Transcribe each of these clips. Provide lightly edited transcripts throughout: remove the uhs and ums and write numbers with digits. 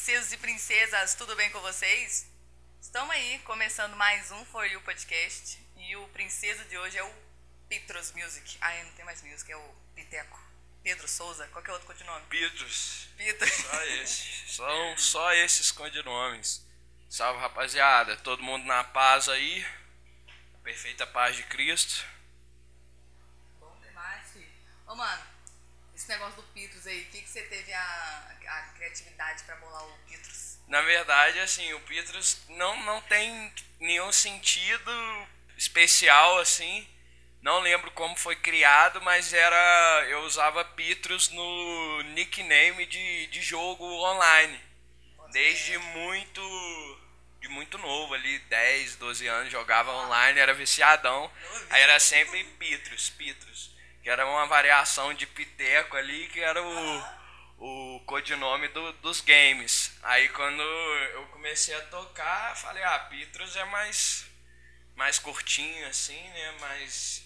princesos e princesas, tudo bem com vocês? Estamos aí, começando mais um For You Podcast. E o princeso de hoje é o Petros Music. Ah, não tem mais music, é o Piteco. Pedro Souza, qual que é o outro codinome? Petros. Petros. Só esses. São só esses codinomes. Salve, rapaziada. Todo mundo na paz aí. Perfeita paz de Cristo. Bom demais, filho. Ô, mano, esse negócio do Petros aí, o que você teve a criatividade pra bolar o Petros? Na verdade, assim, o Petros não tem nenhum sentido especial, assim. Não lembro como foi criado, mas eu usava Petros no nickname de jogo online. Desde muito novo ali, 10, 12 anos, jogava online, era viciadão. Aí era sempre Petros, que era uma variação de Piteco ali, que era o codinome dos games. Aí quando eu comecei a tocar, falei, Petros é mais curtinho assim, né, mais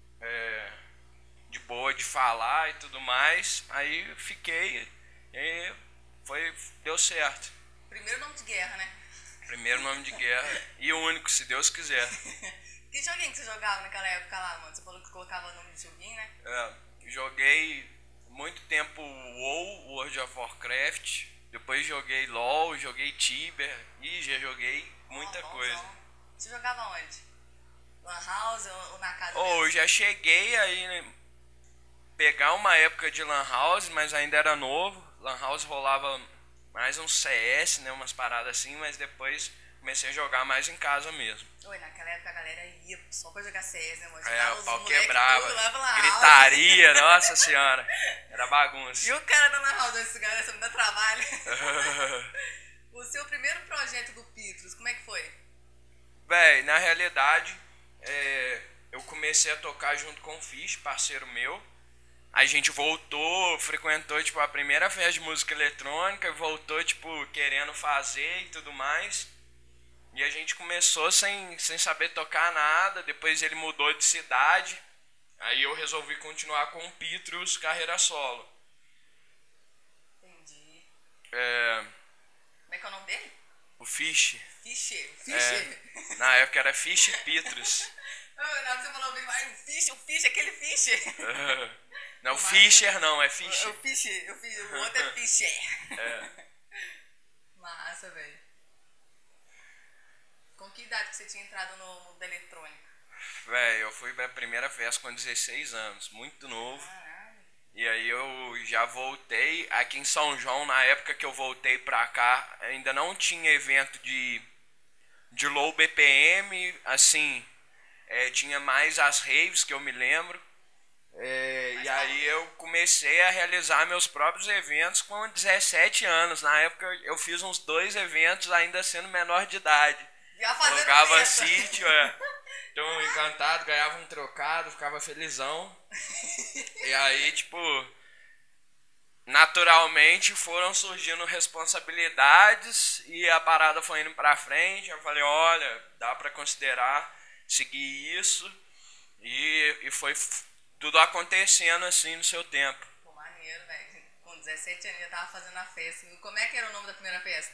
de boa de falar e tudo mais. Aí fiquei, e aí deu certo. Primeiro nome de guerra, né? Primeiro nome de guerra e o único, se Deus quiser. Que joguinho que você jogava naquela época lá, mano? Você falou que colocava nome de joguinho, né? Joguei muito tempo WoW, World of Warcraft. Depois joguei LoL, joguei Tibia. E já joguei muita coisa. Você jogava onde? Lan House ou na casa Eu já cheguei aí, né, pegar uma época de Lan House, mas ainda era novo. Lan House rolava mais um CS, né, umas paradas assim, mas depois comecei a jogar mais em casa mesmo. Oi, naquela época a galera ia só pra jogar CS, né, mano? O pau quebrava, gritaria, nossa senhora, era bagunça. E o cara da Lan House, esse cara, você me dá trabalho. O seu primeiro projeto do Petros, como é que foi? Véi, na realidade, eu comecei a tocar junto com o Fish, parceiro meu. A gente voltou, frequentou, tipo, a primeira festa de música eletrônica, voltou, tipo, querendo fazer e tudo mais. E a gente começou sem saber tocar nada, depois ele mudou de cidade. Aí eu resolvi continuar com o Petros, carreira solo. Entendi. Como é que é o nome dele? O Fish. Fischer. Na época era Fish Petros. Na hora que você falou, o Fischer, aquele Fischer. Não, Fischer não, é Fischer. O outro é Fischer. Massa, velho. Com que idade que você tinha entrado no mundo da eletrônica? Véi, eu fui pra primeira festa com 16 anos, muito novo. Caralho. E aí eu já voltei, aqui em São João, na época que eu voltei pra cá, ainda não tinha evento de low BPM, assim, tinha mais as raves que eu me lembro. E aí eu comecei a realizar meus próprios eventos com 17 anos. Na época eu fiz uns 2 eventos ainda sendo menor de idade. Jogava sítio, Então, encantado, ganhava um trocado, ficava felizão. E aí, tipo, naturalmente foram surgindo responsabilidades e a parada foi indo pra frente. Eu falei, olha, dá pra considerar seguir isso. E foi tudo acontecendo assim no seu tempo. Pô, maneiro, velho. Com 17 anos já tava fazendo a festa. Como é que era o nome da primeira festa?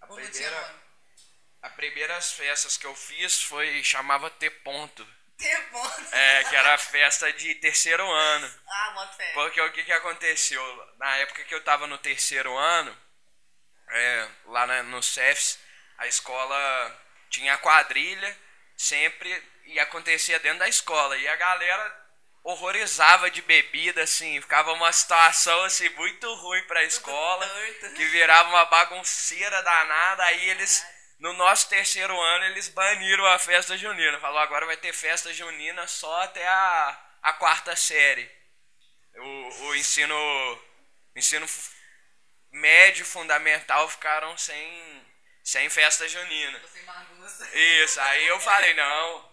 As primeiras festas que eu fiz chamava T-Ponto. T-Ponto? Que era a festa de terceiro ano. Bota fé. Porque o que aconteceu? Na época que eu tava no terceiro ano, lá no Cefs, a escola tinha a quadrilha sempre e acontecia dentro da escola. E a galera horrorizava de bebida, assim, ficava uma situação assim muito ruim pra escola, que virava uma bagunceira danada. Aí eles, no nosso terceiro ano, eles baniram a festa junina. Falou, agora vai ter festa junina só até a quarta série. O ensino médio fundamental ficaram sem festa junina. Sem bagunça. Isso, aí eu falei, não.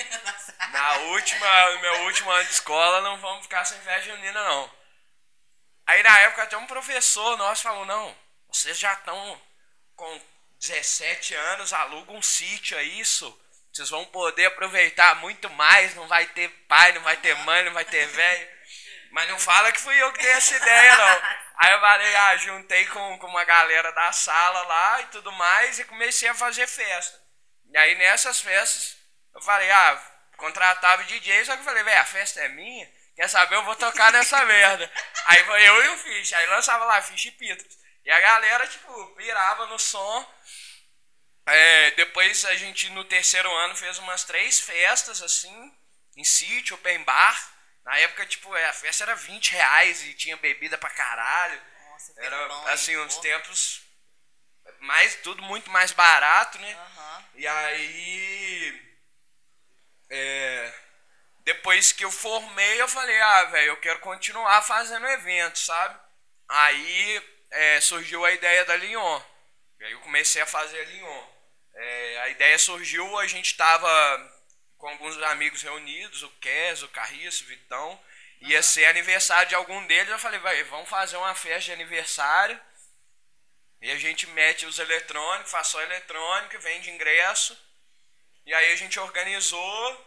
No meu último ano de escola não vamos ficar sem festa junina, não. Aí na época até um professor nosso falou, não, vocês já estão com 17 anos, alugam um sítio, é isso? Vocês vão poder aproveitar muito mais, não vai ter pai, não vai ter mãe, não vai ter velho. Mas não fala que fui eu que dei essa ideia, não. Aí eu falei, juntei com uma galera da sala lá e tudo mais e comecei a fazer festa. E aí nessas festas, eu falei, contratava DJ, só que eu falei, velho, a festa é minha, quer saber, eu vou tocar nessa merda. Aí foi eu e o Fish, aí lançava lá Fish e Pitros. E a galera, tipo, pirava no som. Depois a gente, no terceiro ano, fez umas 3 festas, assim, em sítio, open bar. Na época, tipo, a festa era R$20 e tinha bebida pra caralho. Nossa, era, bom, assim, uns tempos, tudo muito mais barato, né? Uhum. E aí, depois que eu formei, eu falei, velho, eu quero continuar fazendo evento, sabe? Aí, surgiu a ideia da Lyon. E aí eu comecei a fazer a Lyon. A ideia surgiu, a gente tava com alguns amigos reunidos, o Kes, o Carriço, o Vitão. Ia ser aniversário de algum deles. Eu falei, vai, vamos fazer uma festa de aniversário. E a gente mete os eletrônicos, faz só eletrônica, vende ingresso. E aí a gente organizou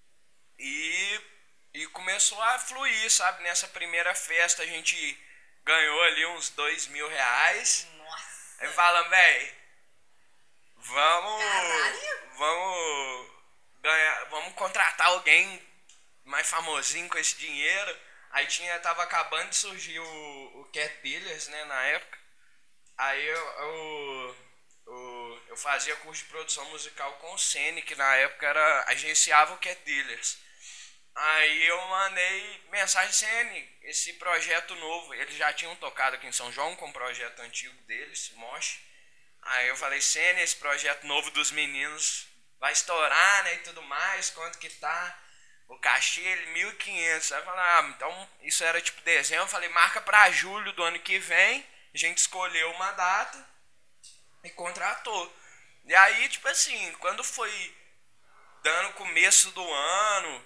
e começou a fluir, sabe? Nessa primeira festa a gente ganhou ali uns R$2.000. Nossa. Aí falamos, velho, Caralho. vamos contratar alguém mais famosinho com esse dinheiro. Aí tava acabando de surgir o Cat Dealers, né, na época. Aí eu fazia curso de produção musical com o Sene, que na época agenciava o Cat Dealers. Aí eu mandei mensagem, Sene, esse projeto novo, eles já tinham tocado aqui em São João com um projeto antigo deles, Mosh. Aí eu falei, Sene, esse projeto novo dos meninos vai estourar, né, e tudo mais, quanto que tá? O cachê, ele, 1.500. Aí eu falei, então, isso era tipo dezembro, eu falei, marca pra julho do ano que vem, a gente escolheu uma data e contratou. E aí, tipo assim, quando foi dando começo do ano,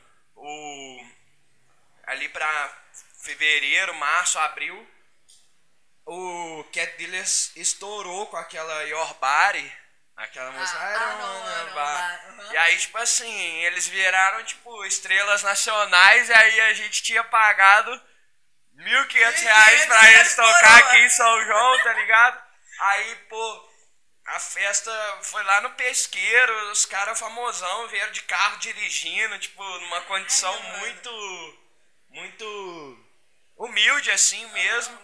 ali pra fevereiro, março, abril, o Cat Dealers estourou com aquela Your Body, aquela música. E aí, tipo assim, eles viraram, tipo, estrelas nacionais, e aí a gente tinha pagado R$1.500 pra eles tocar aqui em São João, tá ligado? Aí, pô, a festa foi lá no Pesqueiro, os caras famosão vieram de carro dirigindo, tipo, numa condição muito humilde assim mesmo.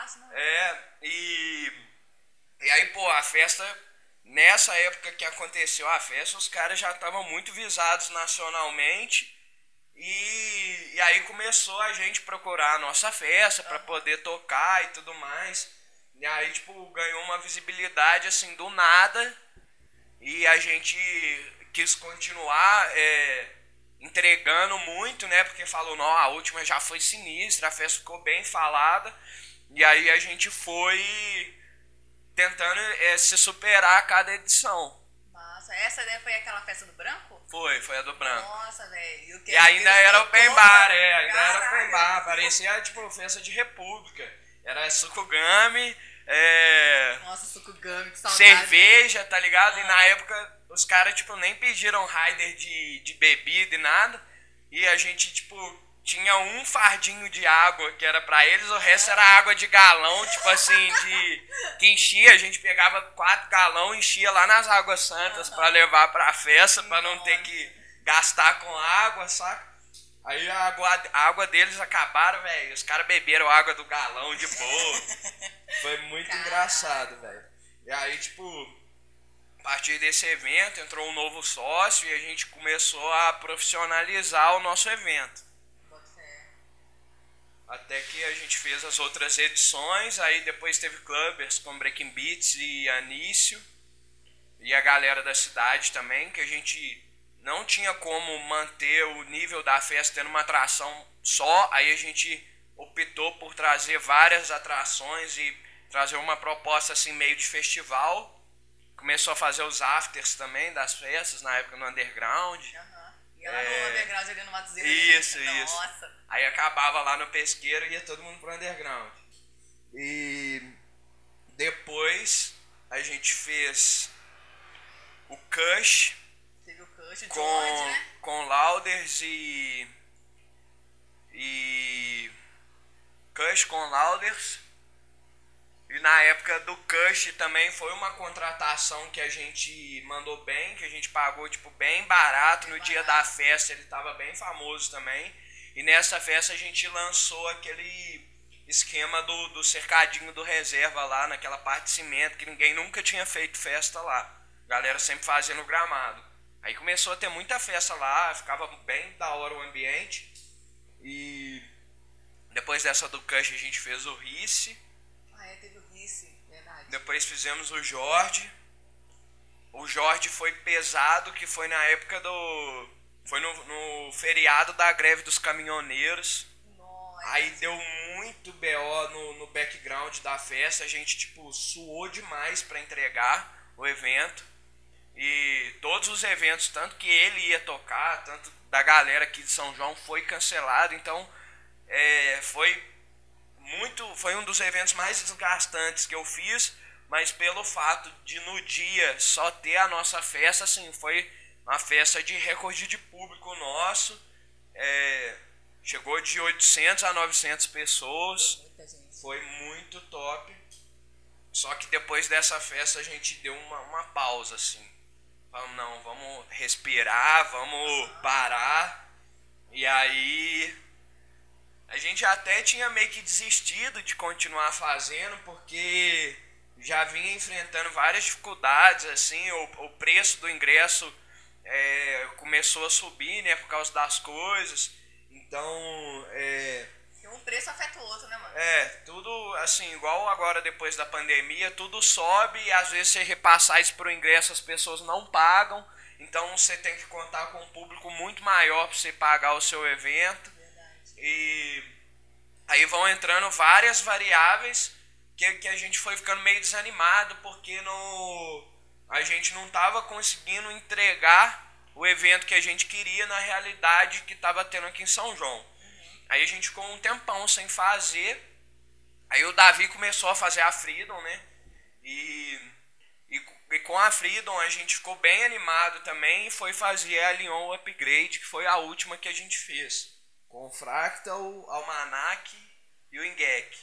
E aí, pô, a festa, nessa época que aconteceu a festa, os caras já estavam muito visados nacionalmente. E aí começou a gente procurar a nossa festa pra poder tocar e tudo mais. E aí, tipo, ganhou uma visibilidade, assim, do nada. E a gente quis continuar entregando muito, né? Porque falou, não, a última já foi sinistra, a festa ficou bem falada. E aí a gente foi tentando se superar a cada edição. Nossa, essa daí foi aquela festa do branco? Foi a do branco. Nossa, velho. E ainda era open bar, ainda era open bar. Parecia, tipo, festa de república. Era Sukugami, Nossa, Sukugami, que saudade. cerveja, tá ligado? E na época os caras, tipo, nem pediram rider de bebida e nada. E a gente, tipo, tinha um fardinho de água que era pra eles, o resto era água de galão, tipo assim, que enchia. A gente pegava 4 galões, enchia lá nas Águas Santas pra levar pra festa, pra não ter que gastar com água, saca? Aí a água deles acabaram, velho. Os caras beberam água do galão de boa. Foi muito engraçado, velho. E aí, tipo, a partir desse evento entrou um novo sócio e a gente começou a profissionalizar o nosso evento. Até que a gente fez as outras edições, aí depois teve clubbers com Breaking Beats e Anício. E a galera da cidade também, que a gente não tinha como manter o nível da festa tendo uma atração só, aí a gente optou por trazer várias atrações e trazer uma proposta assim meio de festival. Começou a fazer os afters também das festas, na época no Underground. E lá no Underground ali no Matozinho. Isso. Nossa. Aí acabava lá no Pesqueiro e ia todo mundo pro Underground. E depois a gente fez o Kush. Teve o Kush, o com, George, né? com Lauders e Kush com Lauders E na época do Cush também foi uma contratação que a gente mandou bem, que a gente pagou tipo bem barato. No dia da festa ele tava bem famoso também. E nessa festa a gente lançou aquele esquema do cercadinho do reserva lá, naquela parte de cimento, que ninguém nunca tinha feito festa lá. A galera sempre fazia no gramado. Aí começou a ter muita festa lá, ficava bem da hora o ambiente. E depois dessa do Cush a gente fez o Rice. Teve o Rice, verdade. Depois fizemos o Jorge. O Jorge foi pesado, que foi na época do... Foi no feriado da greve dos caminhoneiros. Nossa. Aí deu muito BO no background da festa. A gente, tipo, suou demais pra entregar o evento. E todos os eventos, tanto que ele ia tocar, tanto da galera aqui de São João, foi cancelado. Então, foi um dos eventos mais desgastantes que eu fiz, mas pelo fato de no dia só ter a nossa festa, assim, foi uma festa de recorde de público nosso. Chegou de 800 a 900 pessoas, foi muito top. Só que depois dessa festa a gente deu uma pausa, assim. Falamos, não, vamos respirar, vamos parar. E aí a gente até tinha meio que desistido de continuar fazendo, porque já vinha enfrentando várias dificuldades, assim, o preço do ingresso começou a subir, né, por causa das coisas. Então, um preço afeta o outro, né, mano? Tudo assim, igual agora depois da pandemia, tudo sobe e às vezes você repassar isso pro ingresso, as pessoas não pagam. Então você tem que contar com um público muito maior para você pagar o seu evento. Verdade. E aí vão entrando várias variáveis que a gente foi ficando meio desanimado, porque a gente não estava conseguindo entregar o evento que a gente queria na realidade que estava tendo aqui em São João. Aí a gente ficou um tempão sem fazer. Aí o Davi começou a fazer a Freedom, né? E com a Freedom a gente ficou bem animado também e foi fazer a Lyon Upgrade, que foi a última que a gente fez. Com o Fractal, o Almanac e o Ingek.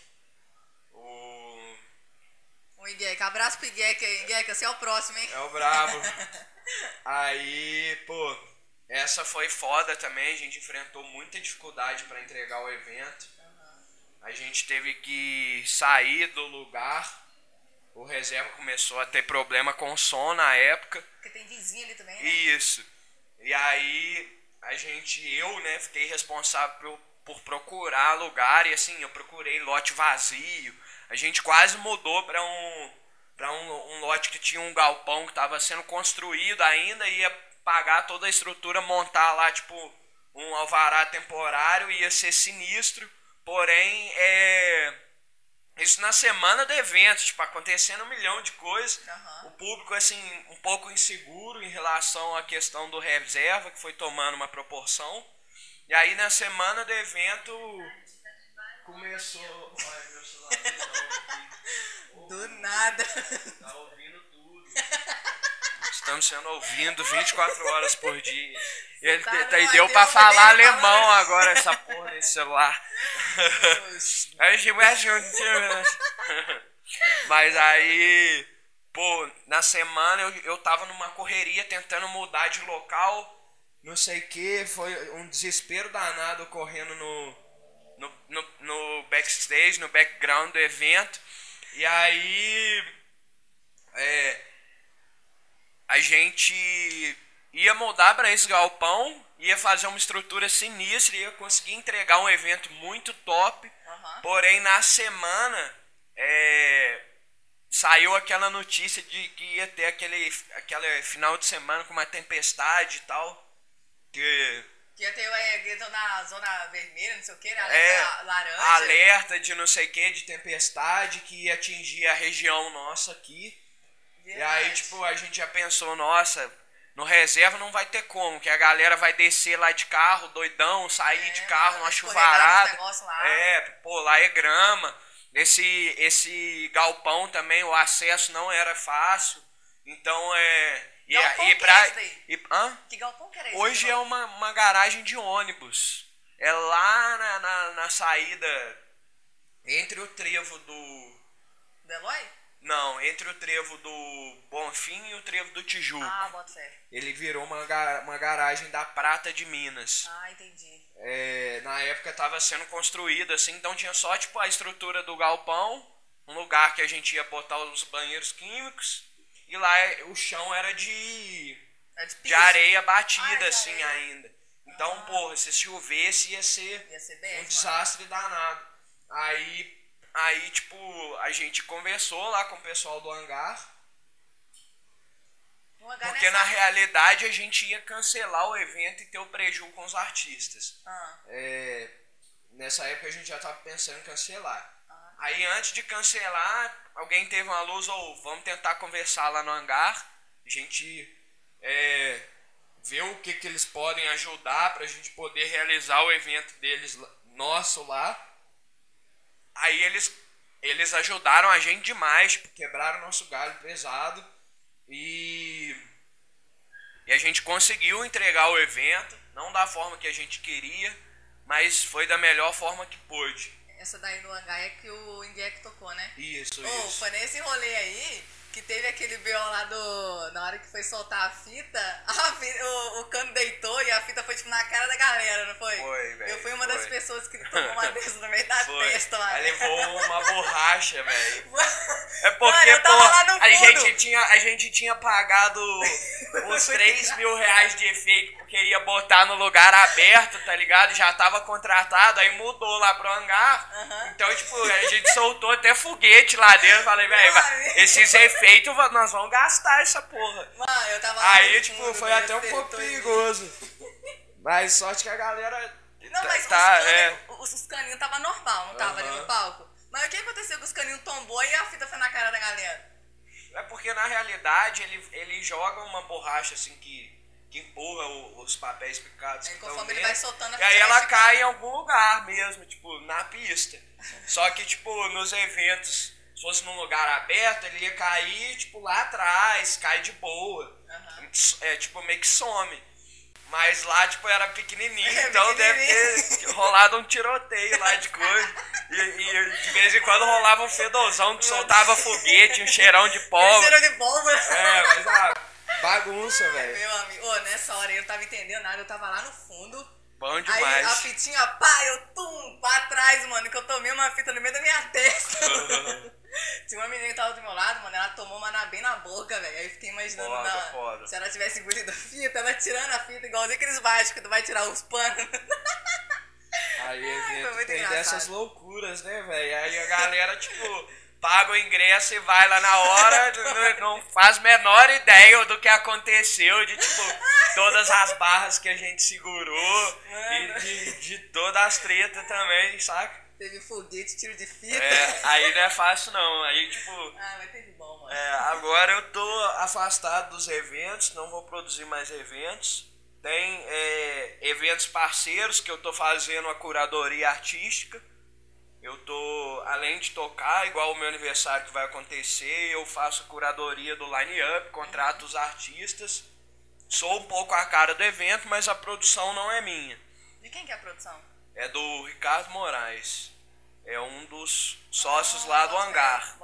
O Ingek, abraço pro Ingek aí. Ingek, você é o próximo, hein? É o brabo. Aí, pô, essa foi foda também, a gente enfrentou muita dificuldade para entregar o evento. A gente teve que sair do lugar. O reserva começou a ter problema com o som na época. Porque tem vizinho ali também, né? Isso. E aí eu, né, fiquei responsável por procurar lugar e assim, eu procurei lote vazio. A gente quase mudou para um lote que tinha um galpão que estava sendo construído ainda, ia pagar toda a estrutura, montar lá tipo um alvará temporário, ia ser sinistro. Porém, isso na semana do evento, tipo, acontecendo um milhão de coisas. O público, assim, um pouco inseguro em relação à questão do reserva, que foi tomando uma proporção. E aí, na semana do evento, começou... Olha, meu celular aqui. Do nada. Tá ouvindo tudo. Estamos sendo ouvidos 24 horas por dia. Ele deu pra falar alemão agora, essa porra desse celular. Mas aí, pô, na semana eu tava numa correria tentando mudar de local, não sei o que, foi um desespero danado ocorrendo no backstage, no background do evento. E aí, a gente ia mudar para esse galpão, ia fazer uma estrutura sinistra, ia conseguir entregar um evento muito top. Porém, na semana, saiu aquela notícia de que ia ter aquele final de semana com uma tempestade e tal. Que ia ter na zona vermelha, não sei o que, né? Alerta laranja. Alerta de não sei o que, de tempestade, que ia atingir a região nossa aqui. Verdade. E aí, tipo, a gente já pensou, nossa, no reserva não vai ter como, que a galera vai descer lá de carro, doidão, sair de carro numa chuvarada. Lá é grama. Esse galpão também, o acesso não era fácil. Então, Que galpão que era esse? Hoje é uma garagem de ônibus. É lá na saída, entre o trevo do Eloy? Não, entre o trevo do Bonfim e o trevo do Tijuco. Ah, bota fé. Ele virou uma garagem da Prata de Minas. Ah, entendi. Na época estava sendo construída, assim, então tinha só tipo a estrutura do galpão, um lugar que a gente ia botar os banheiros químicos, e lá o chão era de areia batida, assim, areia. Ainda. Então, porra, se chovesse ia ser um desastre danado. Aí, tipo, a gente conversou lá com o pessoal do hangar. Porque na realidade a gente ia cancelar o evento e ter o prejuízo com os artistas. Nessa época a gente já estava pensando em cancelar. Aí antes de cancelar, alguém teve uma luz, vamos tentar conversar lá no hangar. A gente ver o que eles podem ajudar pra gente poder realizar o evento deles, nosso lá. Aí eles ajudaram a gente demais, tipo, quebraram o nosso galho pesado e a gente conseguiu entregar o evento, não da forma que a gente queria, mas foi da melhor forma que pôde. Essa daí no hangar é que o Inguek tocou, né? Isso. Foi nesse rolê aí que teve aquele B.O. lá na hora que foi soltar a fita, o cano deitou e a fita foi tipo na cara da galera, não foi? Foi, velho. Eu fui uma das pessoas que tomou uma dessa no meio da testa lá. Aí levou uma borracha, velho. É mano, porque, pô, a gente tinha pagado uns 3 mil reais de efeito porque ia botar no lugar aberto, tá ligado? Já tava contratado, aí mudou lá pro hangar. Então, tipo, a gente soltou até foguete lá dentro. Falei, velho, esses efeitos nós vamos gastar essa porra. Mano, eu tava lá aí, tipo, fundo, foi até um pouco perigoso. Mas sorte que a galera... Não, mas os caninhos tava normal, não tava ali no palco. Mas o que aconteceu que os caninhos tombou e a fita foi na cara da galera? É porque, na realidade, ele joga uma borracha, assim, que empurra os papéis picados. Conforme ele vai soltando a fita. E aí ela cai em algum lugar mesmo, tipo, na pista. Só que, tipo, nos eventos... Se fosse num lugar aberto, ele ia cair, tipo, lá atrás, cai de boa. Tipo, meio que some. Mas lá, tipo, era pequenininho, então deve ter rolado um tiroteio lá de coisa. E de vez em quando rolava um fedozão que soltava foguete, um cheirão de pólvora. Cheirão de pólvora. Mas bagunça, velho. Meu amigo, nessa hora eu não tava entendendo nada, eu tava lá no fundo. Bom demais. Aí a fitinha, pá, eu pra trás, mano, que eu tomei uma fita no meio da minha testa. Tinha uma menina que tava do meu lado, mano, ela tomou uma bem na boca, velho. Aí eu fiquei imaginando foda. Se ela tivesse engolido a fita, ela tirando a fita, igualzinho aqueles baixos que tu vai tirar os panos. Aí tem engraçado. Dessas loucuras, né, velho? Aí a galera, tipo, paga o ingresso e vai lá na hora, não faz menor ideia do que aconteceu, de, tipo, todas as barras que a gente segurou e de todas as tretas também, saca? Teve foguete, tiro de fita. Aí não é fácil não, aí tipo... mas teve bom, mano. Agora eu tô afastado dos eventos, não vou produzir mais eventos. Tem eventos parceiros que eu tô fazendo a curadoria artística. Eu tô, além de tocar, igual o meu aniversário que vai acontecer, eu faço curadoria do line-up, contrato os artistas. Sou um pouco a cara do evento, mas a produção não é minha. De quem que é a produção? É do Ricardo Moraes. É um dos sócios lá do hangar.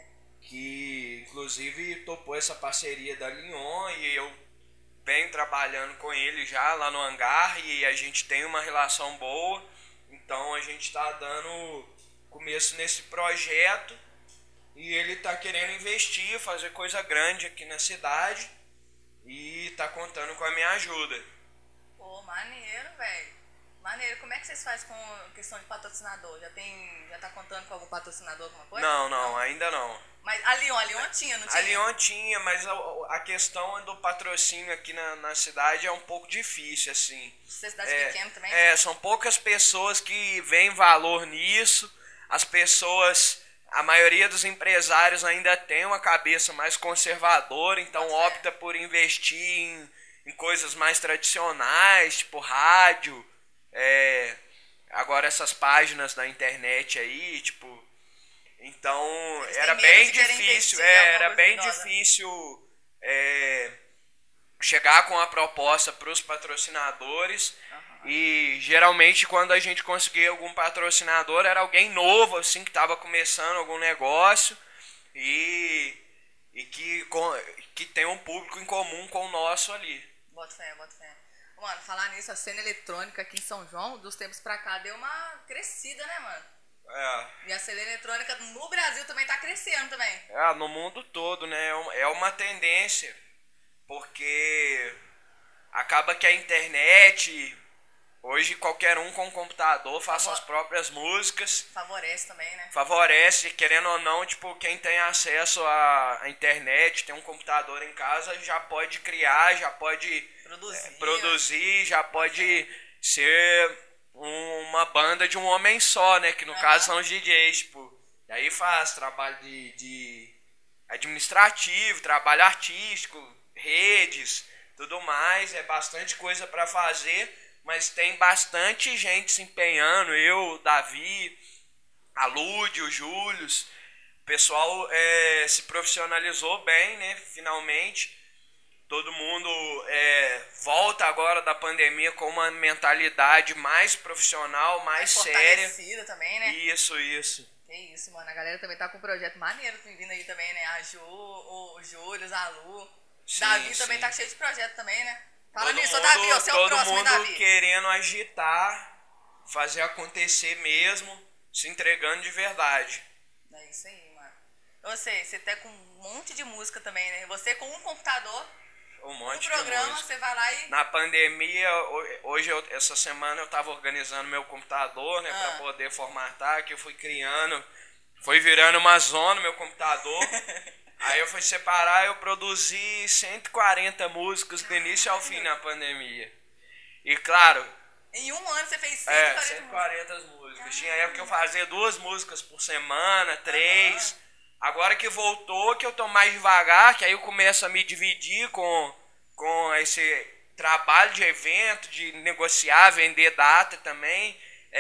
Que inclusive topou essa parceria da Lyon e eu venho trabalhando com ele já lá no hangar e a gente tem uma relação boa. Então a gente tá dando começo nesse projeto e ele tá querendo investir, fazer coisa grande aqui na cidade e tá contando com a minha ajuda. Pô, maneiro, velho. Maneiro. Como é que vocês fazem com questão de patrocinador? Já tá contando com algum patrocinador, alguma coisa? Não, ainda não. Mas a Lyon tinha, não tinha? A Lyon tinha, mas a questão do patrocínio aqui na cidade é um pouco difícil, assim. Você é cidade pequena também? São poucas pessoas que veem valor nisso. As pessoas, a maioria dos empresários ainda tem uma cabeça mais conservadora, então opta por investir em coisas mais tradicionais, tipo rádio. Agora essas páginas da internet aí, tipo... Então, era bem difícil, chegar com a proposta para os patrocinadores. E geralmente quando a gente conseguia algum patrocinador era alguém novo, assim, que estava começando algum negócio. e que tem um público em comum com o nosso ali. Bota fé, bota fé. Mano, falar nisso, a cena eletrônica aqui em São João, dos tempos pra cá, deu uma crescida, né, mano? E a cena eletrônica no Brasil também tá crescendo também. No mundo todo, né? É uma tendência, porque acaba que a internet, hoje qualquer um com computador faz suas próprias músicas. Favorece também, né? Favorece, querendo ou não, tipo, quem tem acesso à internet, tem um computador em casa, já pode criar, já pode produzir, já pode ser uma banda de um homem só, né? Que no caso são os DJs, tipo. E aí faz trabalho de administrativo, trabalho artístico, redes, tudo mais. É bastante coisa para fazer, mas tem bastante gente se empenhando. Eu, o Davi, a Lúdia, o Júlio. O pessoal se profissionalizou bem, né? Finalmente. Todo mundo volta agora da pandemia com uma mentalidade mais profissional, mais séria. Fortalecida também, né? Isso. Que isso, mano. A galera também tá com um projeto maneiro vindo aí também, né? A Ju, o Júlio, a Lu. Sim, Davi também tá cheio de projeto também, né? Fala nisso, Davi, ó, você é o próximo, Davi. Todo mundo querendo agitar, fazer acontecer mesmo, se entregando de verdade. É isso aí, mano. Você tá com um monte de música também, né? Você com um computador... Um monte de programa, música. você vai lá e... Na pandemia, hoje, essa semana eu tava organizando meu computador, né? Pra poder formatar, que eu fui criando. Foi virando uma zona meu computador. Aí eu fui separar, eu produzi 140 músicas do início ao fim na pandemia. E claro... Em um ano você fez 140 140 músicas. Tinha época que eu fazia 2 músicas por semana, 3... Agora que voltou, que eu tô mais devagar, que aí eu começo a me dividir com esse trabalho de evento, de negociar, vender data também.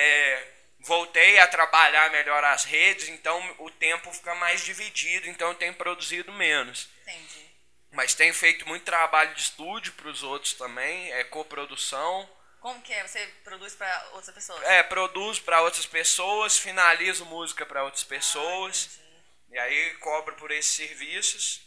Voltei a trabalhar melhor as redes, então o tempo fica mais dividido, então eu tenho produzido menos. Entendi. Mas tenho feito muito trabalho de estúdio para os outros também, coprodução. Como que é? Você produz para outras pessoas? Produzo para outras pessoas, finalizo música para outras pessoas. E aí cobro por esses serviços.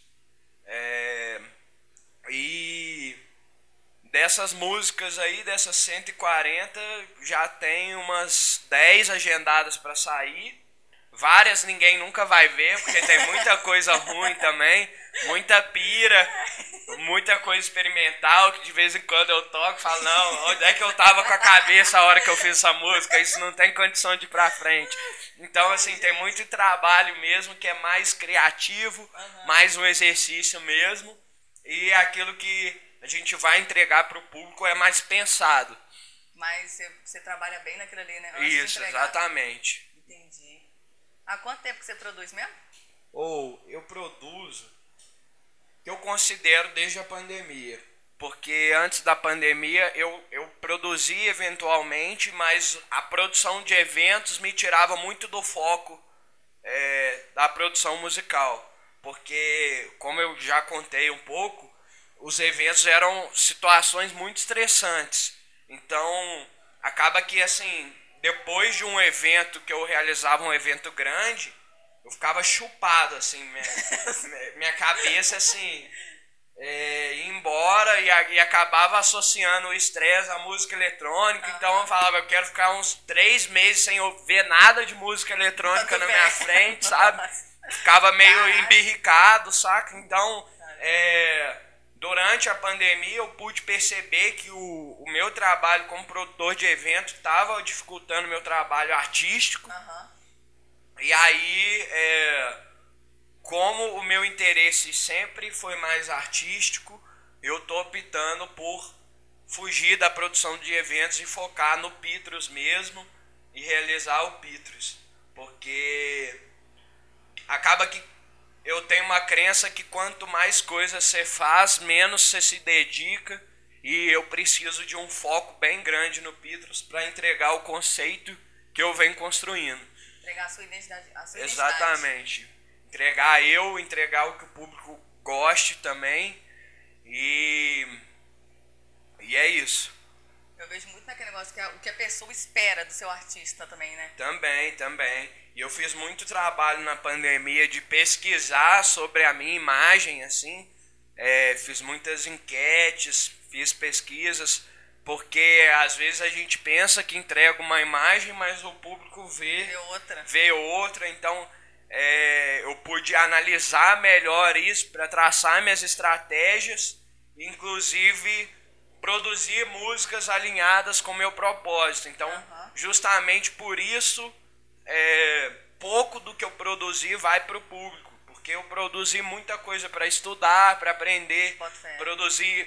E dessas músicas aí, dessas 140, já tem umas 10 agendadas para sair. Várias ninguém nunca vai ver, porque tem muita coisa ruim também. Muita pira, muita coisa experimental, que de vez em quando eu toco e falo, não, onde é que eu tava com a cabeça a hora que eu fiz essa música? Isso não tem condição de ir pra frente. Então, assim, tem muito trabalho mesmo, que é mais criativo, mais um exercício mesmo. E aquilo que a gente vai entregar pro público é mais pensado. Mas você trabalha bem naquilo ali, né? Isso, exatamente. Entendi. Há quanto tempo que você produz mesmo? Eu produzo, que eu considero desde a pandemia. Porque antes da pandemia eu produzia eventualmente, mas a produção de eventos me tirava muito do foco da produção musical. Porque, como eu já contei um pouco, os eventos eram situações muito estressantes. Então, acaba que, assim, depois de um evento que eu realizava, um evento grande, eu ficava chupado, assim, minha cabeça, assim, ia embora e acabava associando o estresse à música eletrônica. Então eu falava, eu quero ficar uns 3 meses sem ver nada de música eletrônica na minha frente, sabe? Ficava meio embirricado, saca? Então, durante a pandemia eu pude perceber que o meu trabalho como produtor de evento estava dificultando o meu trabalho artístico. E aí, como o meu interesse sempre foi mais artístico, eu tô optando por fugir da produção de eventos e focar no Pitros mesmo e realizar o Pitros. Porque acaba que eu tenho uma crença que quanto mais coisas você faz, menos você se dedica, e eu preciso de um foco bem grande no Pitros para entregar o conceito que eu venho construindo. Entregar a sua identidade. Exatamente. Entregar o que o público goste também. E é isso. Eu vejo muito naquele negócio que o que a pessoa espera do seu artista também, né? Também. E eu fiz muito trabalho na pandemia de pesquisar sobre a minha imagem, assim. Fiz muitas enquetes, fiz pesquisas, porque às vezes a gente pensa que entrega uma imagem, mas o público vê outra. Então eu pude analisar melhor isso para traçar minhas estratégias, inclusive produzir músicas alinhadas com o meu propósito. Então, justamente por isso, pouco do que eu produzi vai para o público, porque eu produzi muita coisa para estudar, para aprender, produzi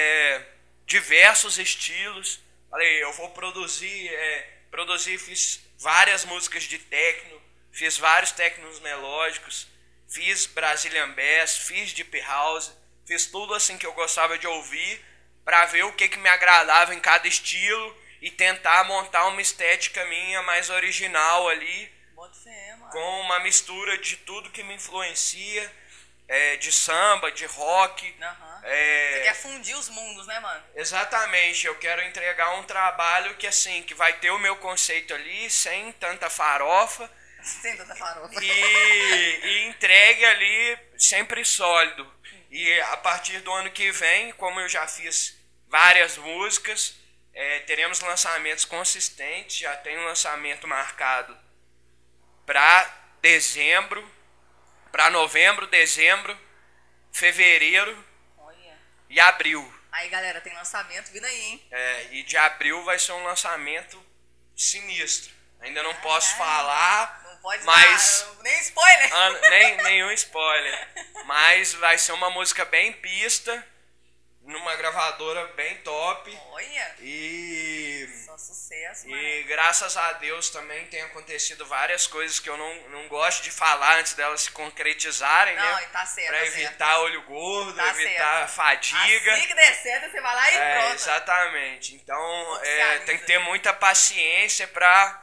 diversos estilos. Falei, eu vou produzir, fiz várias músicas de techno, fiz vários technos melódicos, fiz Brazilian Bass, fiz Deep House, fiz tudo assim que eu gostava de ouvir, para ver o que me agradava em cada estilo e tentar montar uma estética minha mais original ali, com uma mistura de tudo que me influencia, de samba, de rock. Você quer fundir os mundos, né, mano? Exatamente, eu quero entregar um trabalho que assim, que vai ter o meu conceito ali, sem tanta farofa. Sem tanta farofa. E entregue ali sempre sólido. E a partir do ano que vem, como eu já fiz várias músicas, teremos lançamentos consistentes. Já tem um lançamento marcado para dezembro, para novembro, dezembro, fevereiro e abril. Aí, galera, tem lançamento vindo aí, hein? E de abril vai ser um lançamento sinistro. Ainda não posso falar. Não pode mas dar nem spoiler. Nenhum spoiler. Mas vai ser uma música bem pista, numa gravadora bem top. Olha! E só sucesso, mano. E graças a Deus também tem acontecido várias coisas que eu não gosto de falar antes delas se concretizarem, não, né? E tá certo. Pra evitar olho gordo, evitar certo. fadiga. Assim que der certo, você vai lá e pronto. Exatamente. Então tem que ter muita paciência pra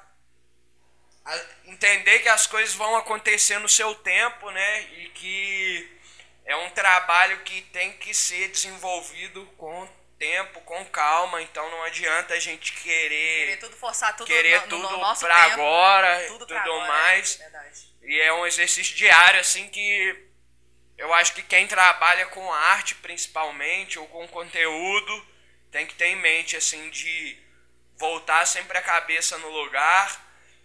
entender que as coisas vão acontecer no seu tempo, né? E que é um trabalho que tem que ser desenvolvido com tempo, com calma. Então não adianta a gente querer tudo forçar, tudo no nosso tempo, agora, tudo mais. Verdade. E é um exercício diário, assim, que eu acho que quem trabalha com arte, principalmente, ou com conteúdo, tem que ter em mente, assim, de voltar sempre a cabeça no lugar,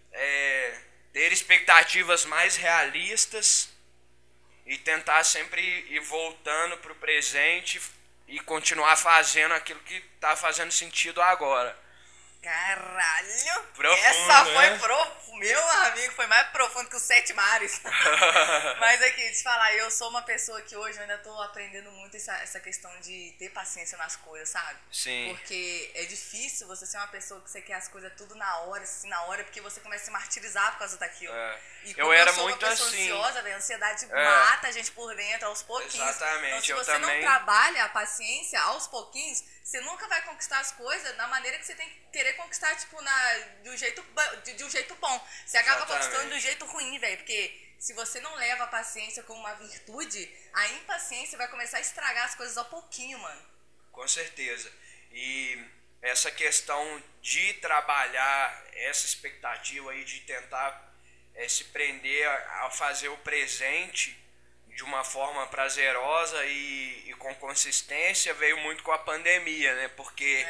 ter expectativas mais realistas e tentar sempre ir voltando para o presente e continuar fazendo aquilo que está fazendo sentido agora. Caralho! Profundo, essa foi né? Meu amigo, foi mais profundo que os 7 mares. Mas aqui, deixa eu te falar, eu sou uma pessoa que hoje eu ainda tô aprendendo muito essa questão de ter paciência nas coisas, sabe? Sim. Porque é difícil você ser uma pessoa que você quer as coisas tudo na hora, porque você começa a se martirizar por causa daquilo. E como eu sou muito uma pessoa assim. ansiosa, a ansiedade mata a gente por dentro, aos pouquinhos. Exatamente. Então, se você não trabalha a paciência aos pouquinhos, você nunca vai conquistar as coisas da maneira que você tem que querer conquistar, tipo, de um jeito bom. Você acaba conquistando de um jeito ruim, velho. Porque se você não leva a paciência como uma virtude, a impaciência vai começar a estragar as coisas ao pouquinho, mano. Com certeza. E essa questão de trabalhar essa expectativa aí de tentar se prender a fazer o presente de uma forma prazerosa e com consistência veio muito com a pandemia, né? Porque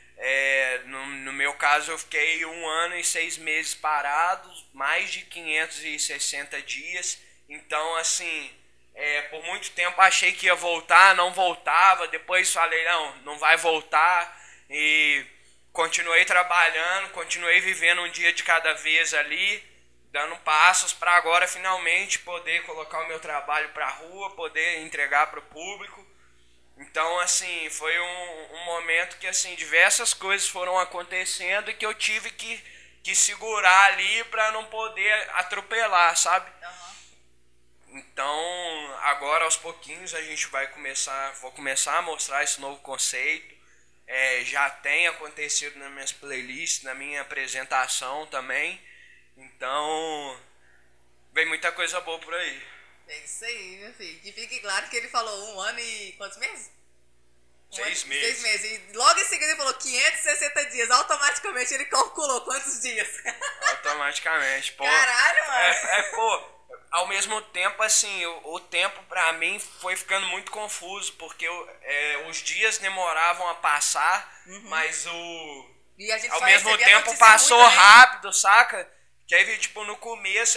no meu caso eu fiquei 1 ano e 6 meses parado, mais de 560 dias. Então, assim, por muito tempo achei que ia voltar, não voltava. Depois falei, não vai voltar. E continuei trabalhando, continuei vivendo um dia de cada vez ali, dando passos para agora finalmente poder colocar o meu trabalho para a rua, poder entregar para o público. Então, assim, foi um momento que, assim, diversas coisas foram acontecendo e que eu tive que segurar ali para não poder atropelar, sabe? Então, agora aos pouquinhos a gente vou começar a mostrar esse novo conceito. Já tem acontecido nas minhas playlists, na minha apresentação também. Então, vem muita coisa boa por aí. É isso aí, meu filho. Que fique claro que ele falou 1 ano e quantos meses? 6 6 meses. meses. E logo em seguida ele falou 560 dias. Automaticamente ele calculou quantos dias. Automaticamente, pô. Caralho, mano. Pô, ao mesmo tempo, assim, o tempo pra mim foi ficando muito confuso, porque os dias demoravam a passar, mas E a gente ao só mesmo recebia tempo notícia passou ruim também. rápido, saca? Que aí, tipo, no começo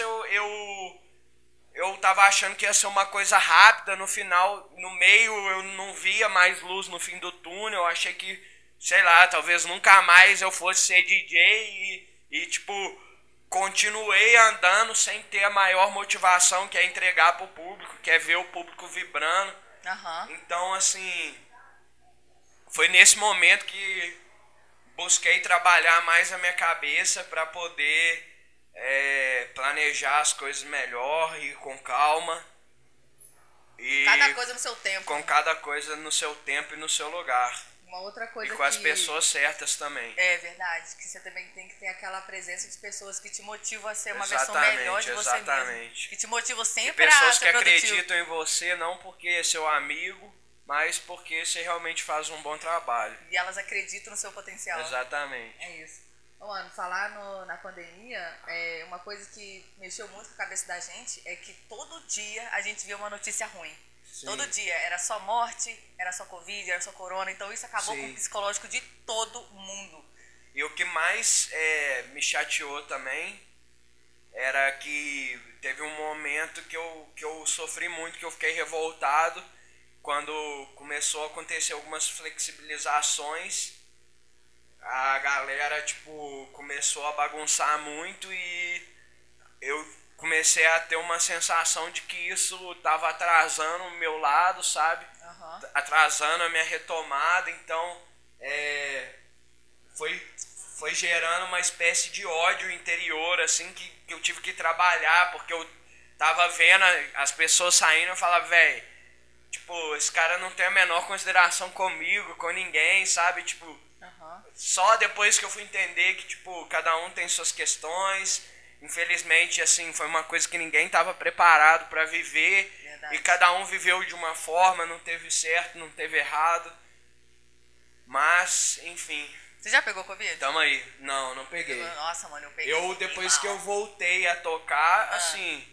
eu tava achando que ia ser uma coisa rápida, no final, no meio eu não via mais luz no fim do túnel, eu achei que, sei lá, talvez nunca mais eu fosse ser DJ e tipo, continuei andando sem ter a maior motivação, que é entregar pro público, que é ver o público vibrando. Aham. Então, assim, foi nesse momento que busquei trabalhar mais a minha cabeça para poder planejar as coisas melhor e com calma. E Cada coisa no seu tempo. com cada coisa no seu tempo e no seu lugar. Uma outra E coisa com as pessoas certas também. É verdade, que você também tem que ter aquela presença de pessoas que te motivam a ser uma Exatamente, versão melhor de você exatamente. mesmo. Que te motivam sempre Pessoas a que ser produtivo. acreditam em você não porque é seu amigo, mas porque você realmente faz um bom trabalho. E elas acreditam no seu potencial. Exatamente. É isso. Ô, mano, falar na pandemia, uma coisa que mexeu muito com a cabeça da gente é que todo dia a gente via uma notícia ruim. Sim. Todo dia. Era só morte, era só Covid, era só corona. Então isso acabou Sim. com o psicológico de todo mundo. E o que mais me chateou também era que teve um momento que eu sofri muito, que eu fiquei revoltado quando começou a acontecer algumas flexibilizações. A galera, tipo, começou a bagunçar muito e eu comecei a ter uma sensação de que isso tava atrasando o meu lado, sabe? Aham. Atrasando a minha retomada, então foi gerando uma espécie de ódio interior, assim, que eu tive que trabalhar, porque eu tava vendo as pessoas saindo e eu falava, velho, tipo, esse cara não tem a menor consideração comigo, com ninguém, sabe? Tipo, Aham. só depois que eu fui entender que, tipo, cada um tem suas questões. Infelizmente, assim, foi uma coisa que ninguém estava preparado para viver. Verdade. E cada um viveu de uma forma, não teve certo, não teve errado. Mas, enfim, Você já pegou Covid? tamo aí. Não peguei. Nossa, mano, eu peguei. Eu, depois que eu voltei a tocar, assim,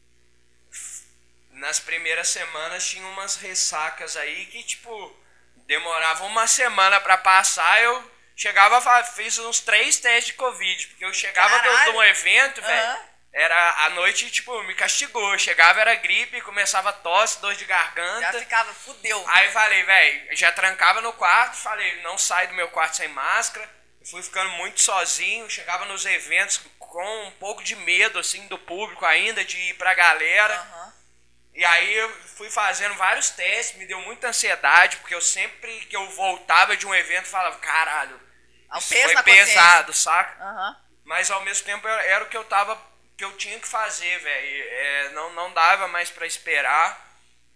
nas primeiras semanas tinha umas ressacas aí que, tipo, demoravam uma semana pra passar. Eu chegava, fiz uns 3 testes de Covid, porque eu chegava de um evento, velho, era a noite, tipo, me castigou. Eu chegava, era gripe, começava tosse, dor de garganta. Já ficava, fudeu. Aí falei, velho, já trancava no quarto, falei, não sai do meu quarto sem máscara. Eu fui ficando muito sozinho, chegava nos eventos com um pouco de medo, assim, do público ainda, de ir pra galera. Aham. E aí eu fui fazendo vários testes, me deu muita ansiedade, porque eu sempre que eu voltava de um evento falava, caralho, Um isso peso foi na consciência. pesado, saca? Aham. Mas ao mesmo tempo era o que eu tinha que fazer, velho. Não dava mais pra esperar.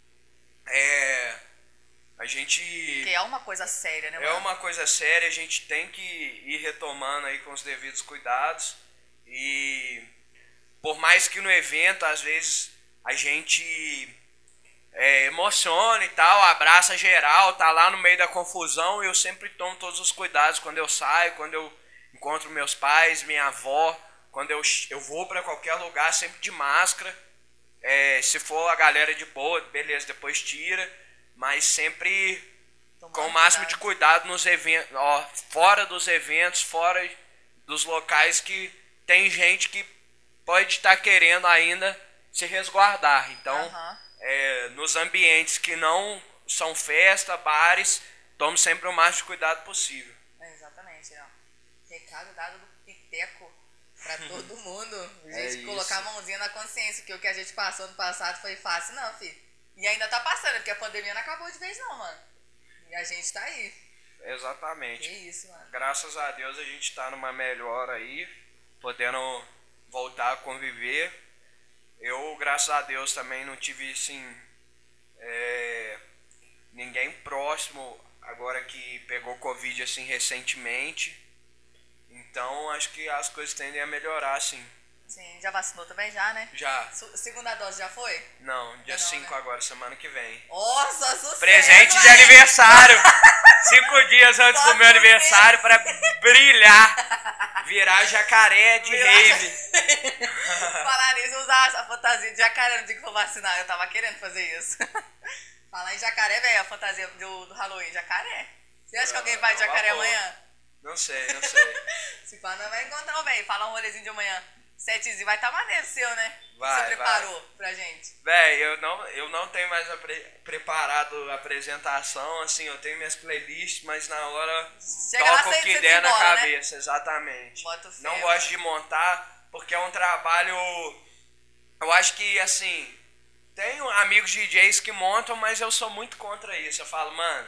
A gente... Que é uma coisa séria, né, É mano? uma coisa séria, a gente tem que ir retomando aí com os devidos cuidados. E por mais que no evento, às vezes, a gente emociona e tal, abraça geral, tá lá no meio da confusão, eu sempre tomo todos os cuidados quando eu saio, quando eu encontro meus pais, minha avó, quando eu vou pra qualquer lugar, sempre de máscara. Se for a galera de boa, beleza, depois tira, mas sempre Tomando com o máximo de cuidado. cuidado nos eventos, fora dos eventos, fora dos locais que tem gente que pode estar querendo ainda se resguardar. Então, Aham. nos ambientes que não são festa, bares, tome sempre o máximo de cuidado possível. Exatamente, não. Recado dado do Piteco pra todo mundo. A gente isso. colocar a mãozinha na consciência, que o que a gente passou no passado foi fácil, não, filho. E ainda tá passando, porque a pandemia não acabou de vez não, mano. E a gente tá aí. Exatamente. Que isso, mano. Graças a Deus a gente tá numa melhora aí, podendo voltar a conviver. Eu, graças a Deus, também não tive, assim, ninguém próximo agora que pegou Covid, assim, recentemente. Então, acho que as coisas tendem a melhorar, sim. Sim, já vacinou também já, né? Já. Segunda dose já foi? Não, dia 5 né? agora, semana que vem. Nossa, sucesso! Presente de aniversário! 5 dias antes do meu aniversário pra brilhar. Virar jacaré de rave. Falar nisso, usar a fantasia de jacaré no dia que for vacinar. Eu tava querendo fazer isso. Falar em jacaré, velho, a fantasia do Halloween, jacaré. Você acha que alguém vai de jacaré amanhã? Não sei. Se pá, não vai encontrar, velho. Falar um rolezinho de amanhã. 7 vai estar maneiro seu, né? Vai, você preparou pra gente? Véi, eu não tenho mais preparado a apresentação, assim, eu tenho minhas playlists, mas na hora chega toco lá, o que der na cabeça, né? Exatamente. Fé, não gosto de montar, porque é um trabalho, eu acho que, assim, tenho amigos DJs que montam, mas eu sou muito contra isso. Eu falo, mano,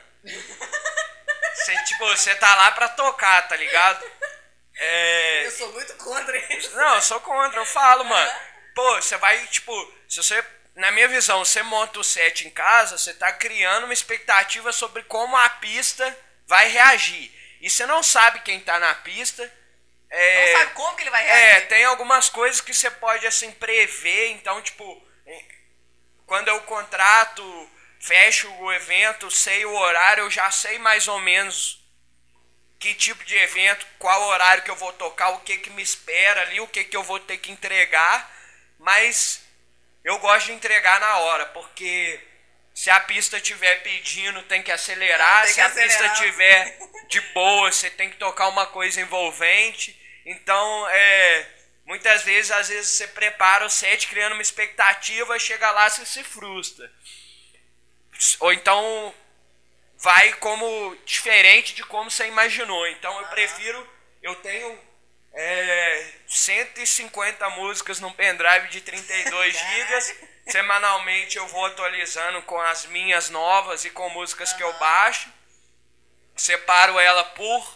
você tá lá pra tocar, tá ligado? Eu sou muito contra isso. Não, eu sou contra, eu falo, mano. Pô, você vai, se você, na minha visão, você monta o set em casa, você tá criando uma expectativa sobre como a pista vai reagir. E você não sabe quem tá na pista. Não sabe como que ele vai reagir. Tem algumas coisas que você pode, assim, prever. Então, quando eu contrato, fecho o evento, sei o horário, eu já sei mais ou menos que tipo de evento, qual horário que eu vou tocar, o que me espera ali, o que eu vou ter que entregar, mas eu gosto de entregar na hora, porque se a pista estiver pedindo, tem que acelerar, se a pista estiver de boa, você tem que tocar uma coisa envolvente, então, muitas vezes, às vezes você prepara o set criando uma expectativa, chega lá, você se frustra. Ou então vai como diferente de como você imaginou. Então eu prefiro, eu tenho 150 músicas num pendrive de 32 GB. Semanalmente eu vou atualizando com as minhas novas e com músicas que eu baixo. Separo ela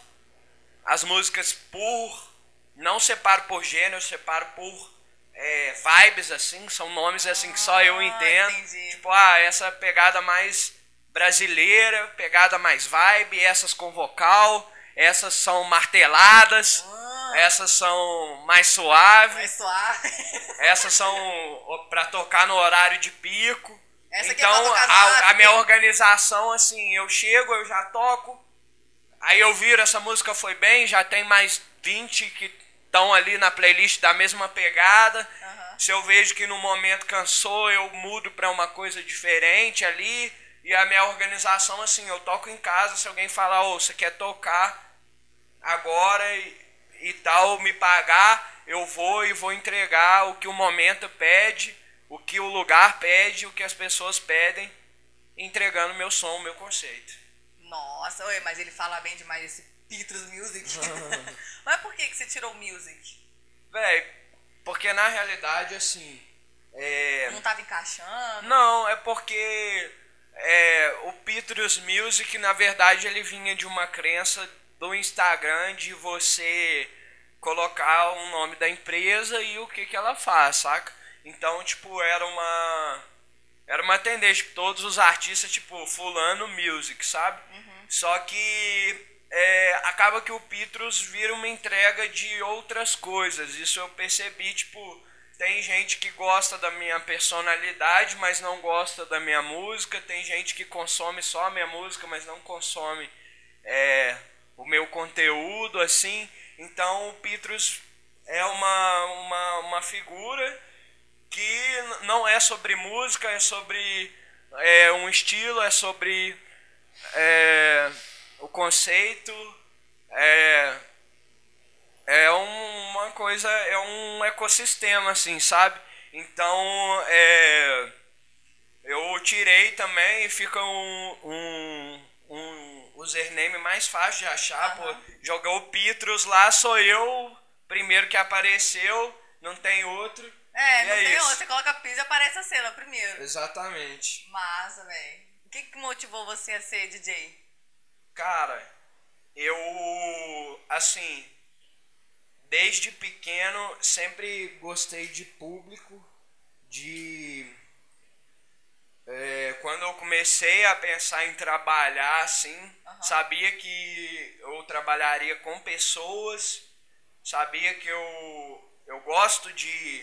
as músicas não separo por gênero, separo por vibes, assim, são nomes assim que só eu entendo. Entendi. Tipo, essa pegada mais brasileira, pegada mais vibe, essas com vocal, essas são marteladas, essas são mais suaves, essas são pra tocar no horário de pico. Então a minha organização, assim, eu chego, eu já toco, aí eu viro, essa música foi bem, já tem mais 20 que estão ali na playlist da mesma pegada. Se eu vejo que no momento cansou, eu mudo pra uma coisa diferente ali. E a minha organização, assim, eu toco em casa, se alguém falar, você quer tocar agora e tal, me pagar, eu vou entregar o que o momento pede, o que o lugar pede, o que as pessoas pedem, entregando meu som, meu conceito. Nossa, mas ele fala bem demais esse Pitros Music. Mas por que você tirou o Music? Véi, porque na realidade, assim... Não tava encaixando? Não, é porque... o Pitros Music, na verdade, ele vinha de uma crença do Instagram de você colocar o nome da empresa e o que ela faz, saca? Então, era uma tendência, todos os artistas, fulano music, sabe? Só que acaba que o Pitros vira uma entrega de outras coisas, isso eu percebi, tem gente que gosta da minha personalidade, mas não gosta da minha música. Tem gente que consome só a minha música, mas não consome o meu conteúdo, assim. Então o Pitros é uma figura que não é sobre música, é sobre um estilo, é sobre o conceito, uma coisa, é um ecossistema, assim, sabe? Então, eu tirei também e fica um username mais fácil de achar. Pô, jogou o Pitros lá, sou eu, primeiro que apareceu, não tem outro. Não tem outro, você coloca Pitros e aparece a cena primeiro. Exatamente. Massa, velho. O que motivou você a ser DJ? Cara, eu, assim... Desde pequeno, sempre gostei de público, quando eu comecei a pensar em trabalhar, assim, sabia que eu trabalharia com pessoas, sabia que eu gosto de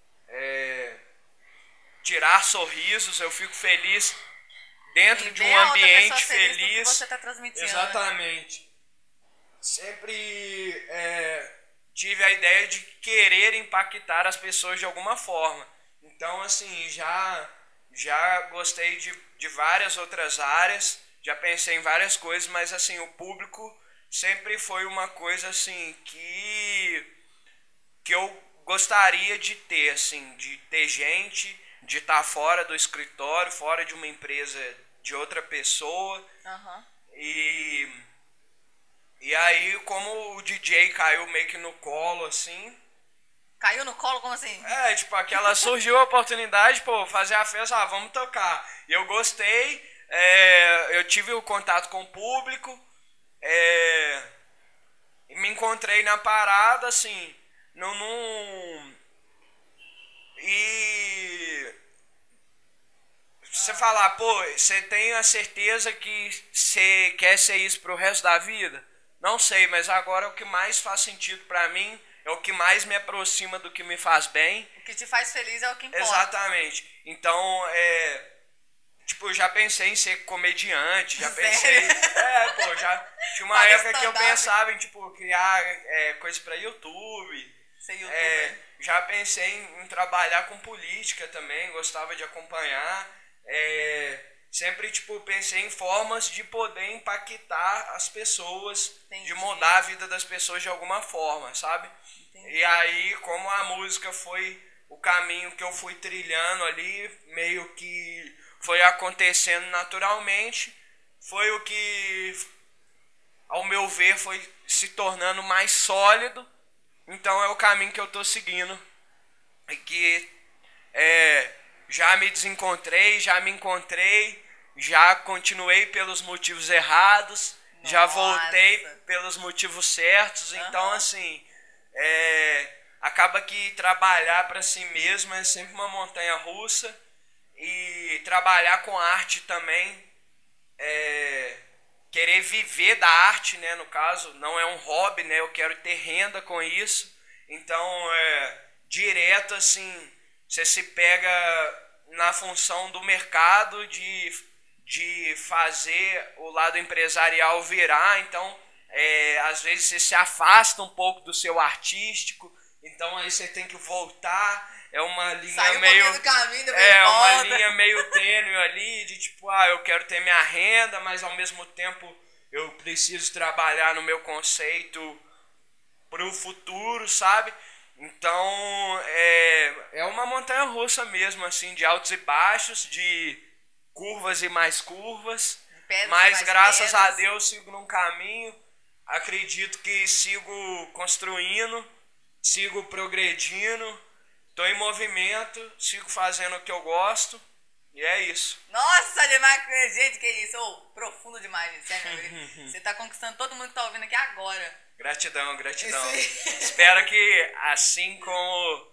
tirar sorrisos, eu fico feliz dentro de um ambiente feliz. Que você tá transmitindo. Exatamente. Sempre tive a ideia de querer impactar as pessoas de alguma forma. Então, assim, já gostei de várias outras áreas, já pensei em várias coisas, mas, assim, o público sempre foi uma coisa, assim, que eu gostaria de ter, assim, de ter gente, de estar fora do escritório, fora de uma empresa de outra pessoa. Uhum. E aí, como o DJ caiu meio que no colo, assim... Caiu no colo? Como assim? Tipo, surgiu a oportunidade, fazer a festa, vamos tocar. E eu gostei, eu tive o contato com o público, e me encontrei na parada, assim, e você falar, você tem a certeza que você quer ser isso pro resto da vida? Não sei, mas agora o que mais faz sentido pra mim é o que mais me aproxima do que me faz bem. O que te faz feliz é o que importa. Exatamente. Então, tipo, já pensei em ser comediante, já pensei... já tinha uma época que eu pensava em, tipo, criar coisa pra YouTube. Ser youtuber. Já pensei em trabalhar com política também, gostava de acompanhar. Sempre, tipo, pensei em formas de poder impactar as pessoas, de mudar a vida das pessoas de alguma forma, sabe? Entendi. E aí, como a música foi o caminho que eu fui trilhando ali, meio que foi acontecendo naturalmente, foi o que, ao meu ver, foi se tornando mais sólido. Então é o caminho que eu tô seguindo. E que já me desencontrei, já me encontrei, já continuei pelos motivos errados, já voltei pelos motivos certos. Então, assim, acaba que trabalhar para si mesmo é sempre uma montanha russa. E trabalhar com arte também, querer viver da arte, né, no caso, não é um hobby, né, eu quero ter renda com isso. Então, direto, assim, você se pega na função do mercado de fazer o lado empresarial virar. Então, às vezes você se afasta um pouco do seu artístico, então aí você tem que voltar. É uma linha uma linha meio tênue ali, de tipo, eu quero ter minha renda, mas ao mesmo tempo eu preciso trabalhar no meu conceito pro futuro, sabe? Então, é uma montanha russa mesmo, assim, de altos e baixos, de curvas e mais curvas, mas graças a Deus sigo num caminho, acredito que sigo construindo, sigo progredindo, tô em movimento, sigo fazendo o que eu gosto, e é isso. Nossa, demais, gente, que isso, profundo demais, gente. Você tá conquistando todo mundo que tá ouvindo aqui agora. Gratidão, gratidão. Espero que, assim como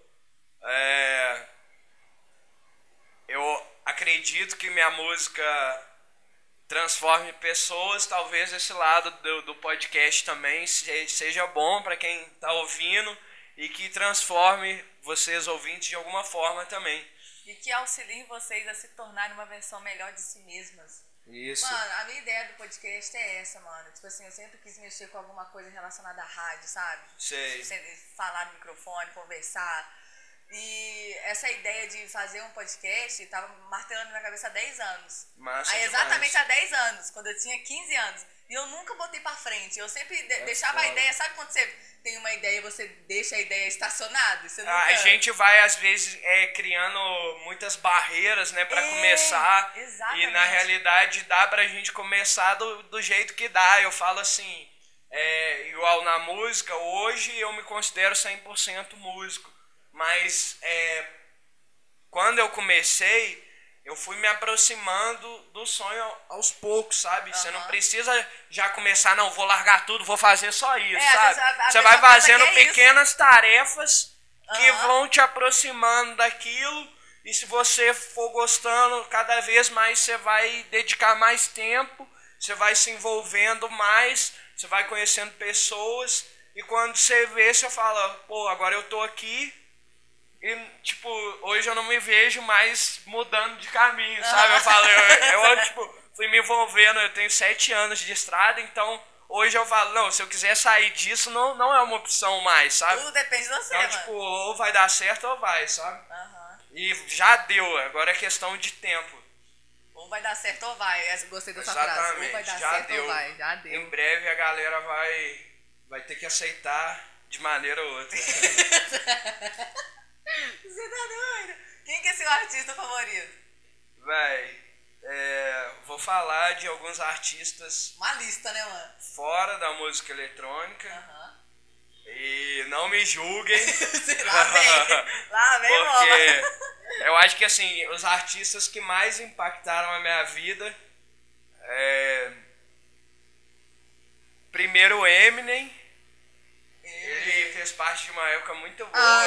eu acredito que minha música transforme pessoas, talvez esse lado do podcast também seja bom para quem está ouvindo e que transforme vocês ouvintes de alguma forma também. E que auxiliem vocês a se tornarem uma versão melhor de si mesmas. Isso. Mano, a minha ideia do podcast é essa, mano. Tipo assim, eu sempre quis mexer com alguma coisa relacionada à rádio, sabe? Sei. Falar no microfone, conversar. E essa ideia de fazer um podcast tava martelando na minha cabeça há 10 anos. Massa aí demais. exatamente há 10 anos, quando eu tinha 15 anos. E eu nunca botei pra frente. Eu sempre deixava a ideia, sabe quando você tem uma ideia e você deixa a ideia estacionada? Você nunca... A gente vai, às vezes, criando muitas barreiras, né, pra começar. Exatamente. E, na realidade, dá pra gente começar do jeito que dá. Eu falo assim, igual na música, hoje eu me considero 100% músico. Mas, quando eu comecei, eu fui me aproximando do sonho aos poucos, sabe? Você não precisa já começar, não, vou largar tudo, vou fazer só isso, sabe? Você vai fazendo pequenas tarefas que vão te aproximando daquilo, e se você for gostando, cada vez mais você vai dedicar mais tempo, você vai se envolvendo mais, você vai conhecendo pessoas, E quando você vê, você fala, pô, agora eu tô aqui e, tipo, hoje eu não me vejo mais mudando de caminho, sabe? Eu falo, eu tipo, fui me envolvendo, eu tenho 7 anos de estrada, então hoje eu falo, não, se eu quiser sair disso, não é uma opção mais, sabe? Tudo depende de você, então, mano. tipo, ou vai dar certo ou vai, sabe? Aham. E já deu, agora é questão de tempo. Ou vai dar certo ou vai. Eu gostei dessa Exatamente, frase. Ou vai dar já certo deu. ou vai. Já deu. Em breve a galera vai ter que aceitar de maneira ou outra. Você tá doido? Quem que é seu artista favorito? Véi, vou falar de alguns artistas Uma lista, né, mano? fora da música eletrônica. Aham. E não me julguem. Lá vem. Lá vem, Porque eu acho que assim, os artistas que mais impactaram a minha vida primeiro o Eminem. Ele fez parte de uma época muito boa.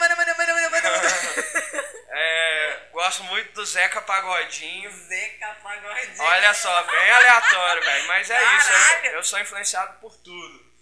Gosto muito do Zeca Pagodinho. Zeca Pagodinho. Olha só, bem aleatório, velho. Mas é isso, Caralho. eu sou influenciado por tudo.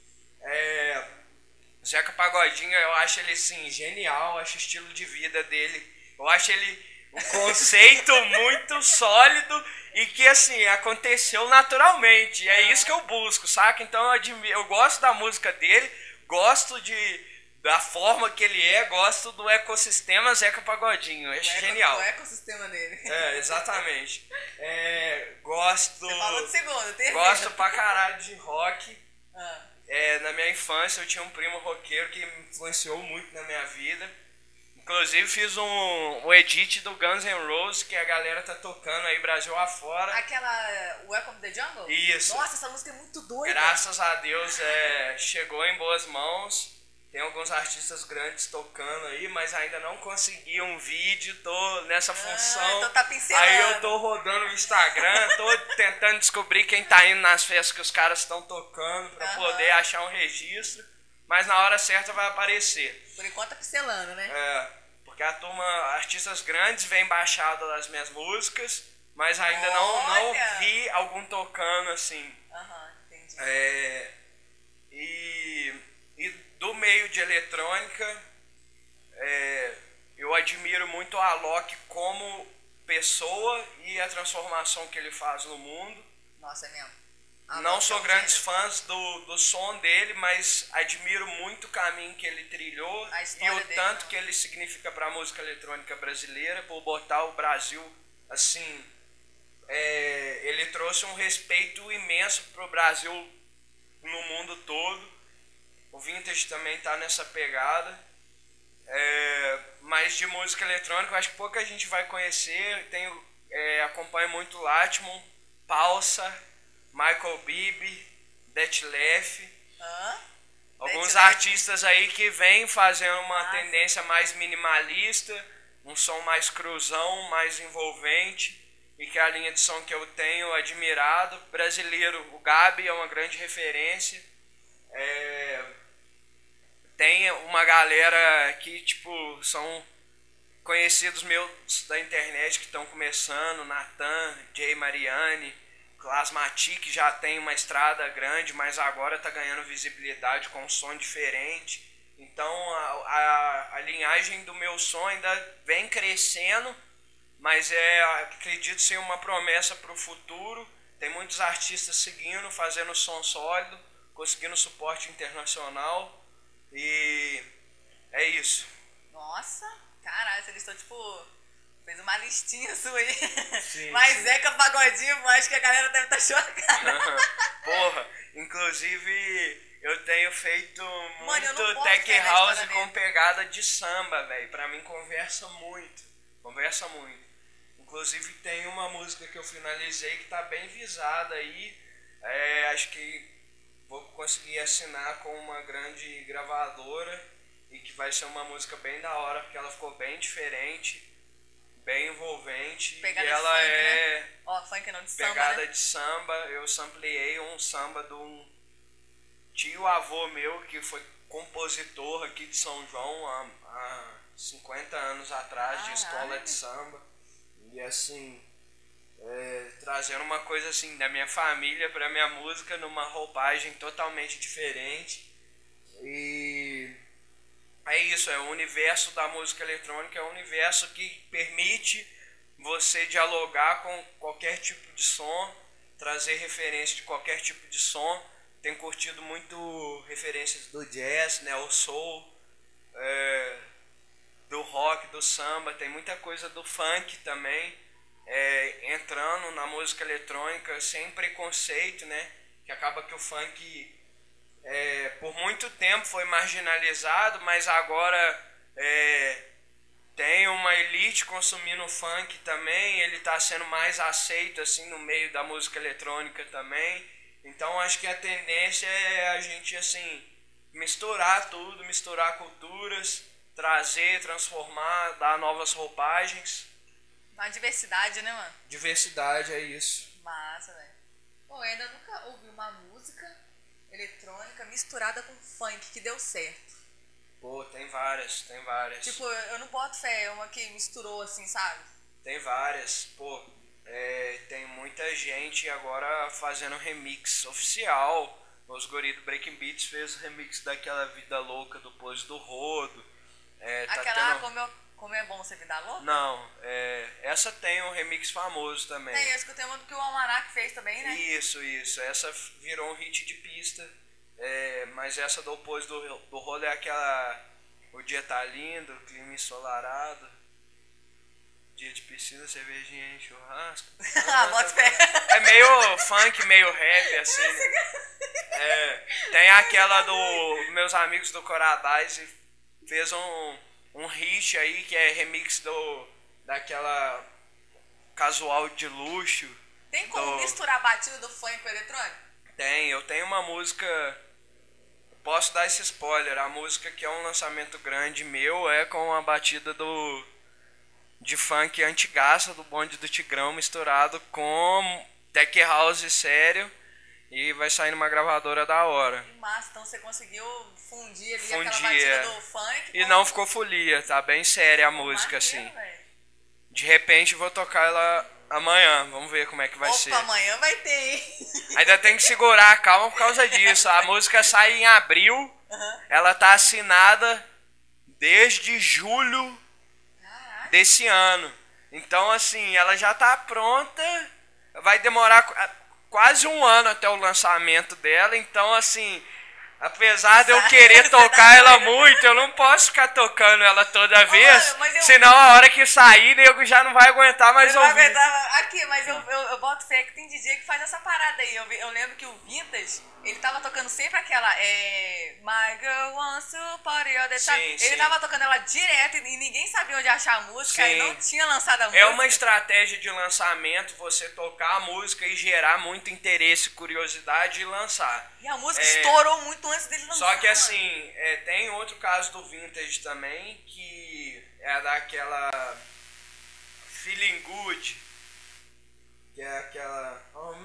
Zeca Pagodinho, eu acho ele assim, genial, acho o estilo de vida dele. Eu acho ele um conceito muito sólido e que assim, aconteceu naturalmente. É isso que eu busco, saca? Então eu gosto da música dele, gosto da forma que ele gosto do ecossistema Zeca Pagodinho. É genial. O ecossistema dele. Exatamente. Gosto. Você falou de segundo, terceiro. Gosto pra caralho de rock. Ah. Na minha infância eu tinha um primo roqueiro que me influenciou muito na minha vida. Inclusive fiz um edit do Guns N' Roses que a galera tá tocando aí Brasil afora. Aquela Welcome to the Jungle? Isso. Nossa, essa música é muito doida. Graças a Deus chegou em boas mãos. Tem alguns artistas grandes tocando aí, mas ainda não consegui um vídeo, tô nessa função. Então tá pincelando. Aí eu tô rodando o Instagram, tô tentando descobrir quem tá indo nas festas que os caras estão tocando pra poder achar um registro. Mas na hora certa vai aparecer. Por enquanto tá pincelando, né? Porque a turma, artistas grandes vêm baixado das minhas músicas, mas ainda não vi algum tocando assim. Entendi. E do meio de eletrônica, eu admiro muito a Alok como pessoa e a transformação que ele faz no mundo. Nossa, é mesmo. Não sou grandes fãs do som dele, mas admiro muito o caminho que ele trilhou e o tanto que ele significa para a música eletrônica brasileira, por botar o Brasil assim. Ele trouxe um respeito imenso para o Brasil no mundo todo. O Vintage também está nessa pegada. Mas de música eletrônica eu acho que pouca gente vai conhecer. Acompanho muito Latmon, Palsa, Michael Bibi, Detlef. Alguns artistas aí que vêm fazendo uma tendência mais minimalista, um som mais cruzão, mais envolvente, e que é a linha de som que eu tenho admirado. Brasileiro, o Gabi é uma grande referência. Tem uma galera que tipo são conhecidos meus da internet que estão começando, Natan, Jay Mariani, Clasmatic, que já tem uma estrada grande, mas agora está ganhando visibilidade com um som diferente. Então a linhagem do meu som ainda vem crescendo, mas acredito ser uma promessa para o futuro. Tem muitos artistas seguindo, fazendo som sólido, conseguindo suporte internacional, e é isso. Nossa, caralho, você listou tipo... Fez uma listinha sua aí. Sim, mas sim. Zeca Pagodinho, acho que a galera deve estar chocada. Porra, inclusive eu tenho feito muito tech tech house com pegada de samba, velho. Pra mim conversa muito. Inclusive tem uma música que eu finalizei que tá bem visada aí. Acho que vou conseguir assinar com uma grande gravadora e que vai ser uma música bem da hora, porque ela ficou bem diferente, bem envolvente. Pegada e ela de funk, né? Funk não, de samba, pegada né? de samba. Eu sampleei um samba de um tio-avô meu que foi compositor aqui de São João há 50 anos atrás, de escola de samba. E assim, trazendo uma coisa assim da minha família para minha música numa roupagem totalmente diferente. E é isso, é o universo da música eletrônica, é um universo que permite você dialogar com qualquer tipo de som, trazer referência de qualquer tipo de som. Tem curtido muito referências do jazz, né, o soul, do rock, do samba, tem muita coisa do funk também, entrando na música eletrônica sem preconceito, né, que acaba que o funk por muito tempo foi marginalizado, mas agora tem uma elite consumindo funk também, ele está sendo mais aceito assim no meio da música eletrônica também. Então acho que a tendência é a gente assim misturar tudo, misturar culturas, trazer, transformar, dar novas roupagens. Uma diversidade, né, mano? Diversidade, é isso. Massa, velho. Pô, eu ainda nunca ouvi uma música eletrônica misturada com funk que deu certo. Pô, tem várias. Tipo, eu não boto fé, uma que misturou assim, sabe? Tem várias, pô. Tem muita gente agora fazendo remix oficial. Os guri do Breaking Beats fez o remix daquela Vida Louca do Pose do Rodo. Aquela como é bom ser vida louca? Não, essa tem um remix famoso também. Tem, eu escutei uma que o Almanac fez também, né? Isso. Essa virou um hit de pista. Mas essa do Pose do Rodo é aquela... O dia tá lindo, clima ensolarado. Dia de piscina, cervejinha e churrasco. Bota fé. É meio funk, meio rap, assim, né? Tem aquela do meus amigos do Coradise, fez um hit aí que é remix daquela Casual de Luxo. Tem como misturar a batida do funk com o eletrônico? Tem, eu tenho uma música, posso dar esse spoiler, a música que é um lançamento grande meu é com a batida de funk antigaça do Bonde do Tigrão misturado com tech house sério e vai sair numa gravadora da hora. Que massa, então você conseguiu fundir ali Fundir, aquela batida do funk e não ficou folia, tá bem séria a música, assim. Véio. De repente vou tocar ela amanhã, vamos ver como é que vai ser. Amanhã vai ter, hein? Ainda tem que segurar a calma por causa disso. A música sai em abril, ela tá assinada desde julho desse ano. Então, assim, ela já tá pronta. Vai demorar quase um ano até o lançamento dela. Então, assim, apesar de eu querer tocar ela muito, eu não posso ficar tocando ela toda vez. Senão, a hora que sair, nego já não vai aguentar mais ouvir. Aqui, mas eu boto fé que tem DJ que faz essa parada aí. Eu lembro que o Vintage, ele tava tocando sempre aquela My Girl Wants to Party All The Time. Ele tava tocando ela direto e ninguém sabia onde achar a música. E não tinha lançado a música. É uma estratégia de lançamento você tocar a música e gerar muito interesse, curiosidade e lançar. E a música estourou muito antes dele lançar. Só que assim, tem outro caso do Vintage também, que é daquela Feeling Good, que é aquela...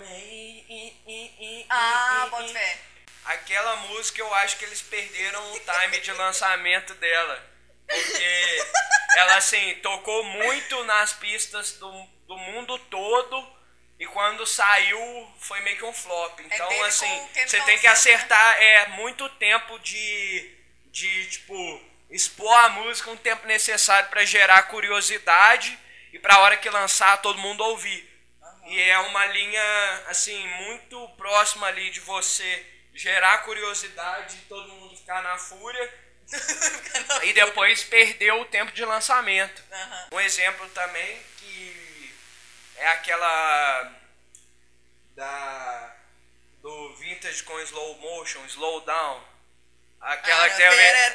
bota fé. Aquela música eu acho que eles perderam o time de lançamento dela. Porque ela assim, tocou muito nas pistas do mundo todo. E quando saiu, foi meio que um flop. Então, assim, você tem que acertar muito tempo de tipo, expor a música, um tempo necessário para gerar curiosidade e para a hora que lançar, todo mundo ouvir. E é uma linha, assim, muito próxima ali de você gerar curiosidade e todo mundo ficar na fúria e depois perder o tempo de lançamento. Um exemplo também que é aquela do Vintage com slow motion, slow down. Aquela que tem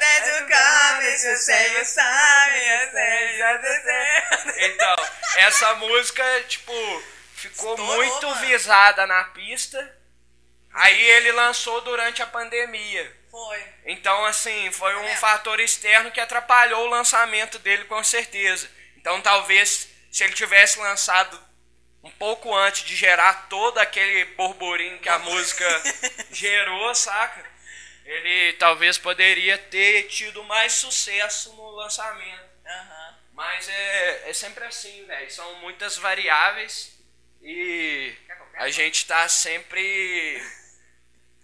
Então, essa música, tipo, ficou muito visada na pista. Aí ele lançou durante a pandemia. Foi. Então, assim, foi um fator externo que atrapalhou o lançamento dele, com certeza. Então, talvez, se ele tivesse lançado um pouco antes de gerar todo aquele burburinho que a música gerou, saca? Ele talvez poderia ter tido mais sucesso no lançamento. Mas é sempre assim, velho. São muitas variáveis e a gente tá sempre